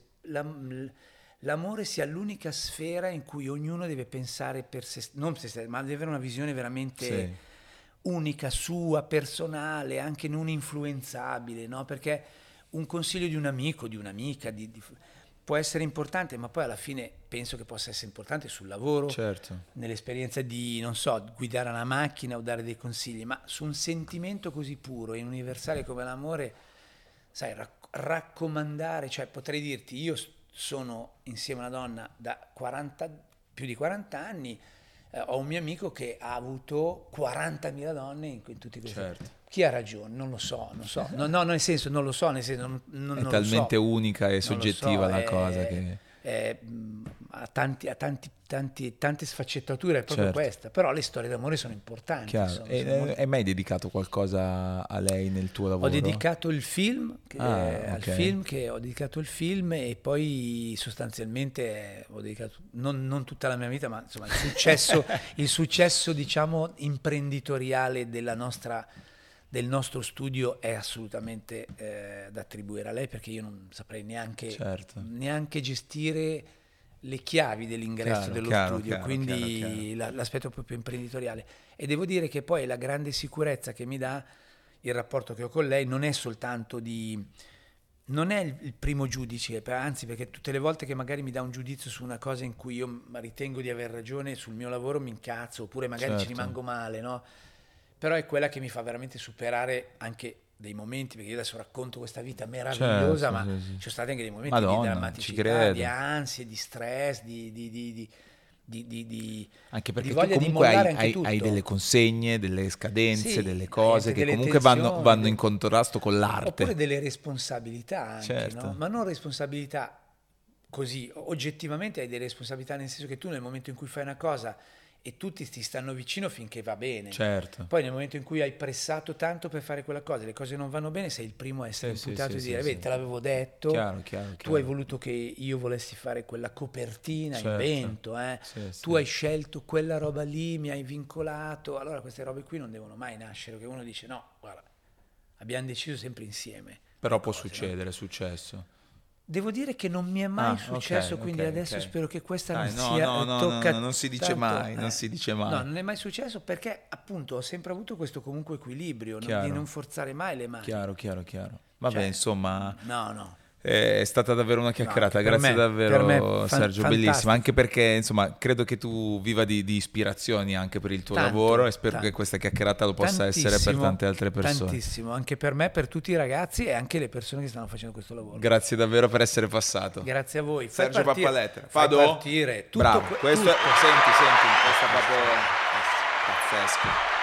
Speaker 1: l'amore sia l'unica sfera in cui ognuno deve pensare per se, non per se, ma deve avere una visione veramente
Speaker 2: Sì.
Speaker 1: unica, sua, personale, anche non influenzabile, no? Perché un consiglio di un amico, di un'amica, può essere importante, ma poi alla fine penso che possa essere importante sul lavoro,
Speaker 2: Certo.
Speaker 1: nell'esperienza di, non so, guidare una macchina o dare dei consigli, ma su un sentimento così puro e universale come l'amore, sai, raccomandare, cioè potrei dirti, io sono insieme a una donna da più di 40 anni, ho un mio amico che ha avuto 40.000 donne in tutti questi anni.
Speaker 2: Certo.
Speaker 1: Chi ha ragione? Non lo so. No, nel senso, non lo so, nel senso, non
Speaker 2: È
Speaker 1: lo
Speaker 2: talmente
Speaker 1: so.
Speaker 2: unica e
Speaker 1: Non lo
Speaker 2: soggettiva
Speaker 1: so,
Speaker 2: la cosa che...
Speaker 1: ha tante sfaccettature, è proprio
Speaker 2: Certo.
Speaker 1: questa. Però le storie d'amore sono importanti.
Speaker 2: Chiaro.
Speaker 1: sono molto-
Speaker 2: Hai mai dedicato qualcosa a lei nel tuo lavoro?
Speaker 1: Ho dedicato il film, al
Speaker 2: ok.
Speaker 1: film che ho dedicato il film, e poi sostanzialmente ho dedicato non tutta la mia vita, ma insomma il successo diciamo imprenditoriale del nostro studio è assolutamente da attribuire a lei, perché io non saprei
Speaker 2: Certo.
Speaker 1: neanche gestire le chiavi dell'ingresso dello studio, quindi
Speaker 2: chiaro.
Speaker 1: l'aspetto proprio imprenditoriale. E devo dire che poi la grande sicurezza che mi dà il rapporto che ho con lei non è soltanto non è il primo giudice, anzi, perché tutte le volte che magari mi dà un giudizio su una cosa in cui io ritengo di aver ragione, sul mio lavoro mi incazzo, oppure magari ci
Speaker 2: Certo.
Speaker 1: rimango male, no? Però è quella che mi fa veramente superare anche dei momenti, perché io adesso racconto questa vita meravigliosa,
Speaker 2: Certo,
Speaker 1: ma
Speaker 2: sì.
Speaker 1: ci sono stati anche dei momenti
Speaker 2: Madonna,
Speaker 1: di
Speaker 2: ci
Speaker 1: drammaticità,
Speaker 2: credo.
Speaker 1: di ansie, di stress,
Speaker 2: Anche perché
Speaker 1: di
Speaker 2: tu
Speaker 1: voglia di
Speaker 2: comunque
Speaker 1: mollare anche
Speaker 2: hai
Speaker 1: tutto.
Speaker 2: delle consegne, delle scadenze,
Speaker 1: Sì,
Speaker 2: delle
Speaker 1: hai
Speaker 2: cose
Speaker 1: anche
Speaker 2: che
Speaker 1: delle
Speaker 2: comunque
Speaker 1: tensioni,
Speaker 2: vanno in contrasto con l'arte.
Speaker 1: Oppure delle responsabilità anche,
Speaker 2: Certo.
Speaker 1: no? Ma non responsabilità così, oggettivamente hai delle responsabilità, nel senso che tu nel momento in cui fai una cosa e tutti ti stanno vicino finché va bene.
Speaker 2: Certo.
Speaker 1: Poi nel momento in cui hai pressato tanto per fare quella cosa, le cose non vanno bene, sei il primo a essere
Speaker 2: Sì,
Speaker 1: imputato
Speaker 2: sì,
Speaker 1: e
Speaker 2: sì,
Speaker 1: dire,
Speaker 2: sì,
Speaker 1: vedi, te l'avevo detto,
Speaker 2: Chiaro.
Speaker 1: tu hai voluto che io volessi fare quella copertina,
Speaker 2: Certo.
Speaker 1: invento,
Speaker 2: Sì,
Speaker 1: tu
Speaker 2: sì.
Speaker 1: hai scelto quella roba lì, mi hai vincolato, allora queste robe qui non devono mai nascere, che uno dice, no, guarda, abbiamo deciso sempre insieme.
Speaker 2: Però
Speaker 1: le
Speaker 2: può
Speaker 1: cose, no?
Speaker 2: succedere, è successo.
Speaker 1: Devo dire che non mi è mai successo,
Speaker 2: ok,
Speaker 1: quindi
Speaker 2: ok,
Speaker 1: adesso
Speaker 2: ok.
Speaker 1: spero che questa
Speaker 2: Dai,
Speaker 1: non sia
Speaker 2: no,
Speaker 1: tocca
Speaker 2: non si dice
Speaker 1: tanto,
Speaker 2: mai, non si dice mai.
Speaker 1: No, non è mai successo, perché appunto ho sempre avuto questo comunque equilibrio,
Speaker 2: Chiaro.
Speaker 1: di non forzare mai le mani.
Speaker 2: Chiaro. Vabbè,
Speaker 1: Cioè,
Speaker 2: insomma,
Speaker 1: No.
Speaker 2: è stata davvero una chiacchierata,
Speaker 1: anche per
Speaker 2: grazie
Speaker 1: me,
Speaker 2: davvero
Speaker 1: per me
Speaker 2: Sergio,
Speaker 1: fantastico.
Speaker 2: bellissima, anche perché insomma credo che tu viva di ispirazioni anche per il tuo
Speaker 1: Tanto,
Speaker 2: lavoro, e spero
Speaker 1: tanto.
Speaker 2: che questa chiacchierata lo possa essere per
Speaker 1: Tantissimo,
Speaker 2: tante altre persone.
Speaker 1: Tantissimo, anche per me, per tutti i ragazzi e anche le persone che stanno facendo questo lavoro.
Speaker 2: Grazie davvero per essere passato.
Speaker 1: Grazie a voi. Fai
Speaker 2: Sergio
Speaker 1: partire-
Speaker 2: Pappalettera.
Speaker 1: fai
Speaker 2: Fado?
Speaker 1: partire tutto
Speaker 2: Bravo, questo
Speaker 1: tutto.
Speaker 2: senti, questo è proprio pazzesco.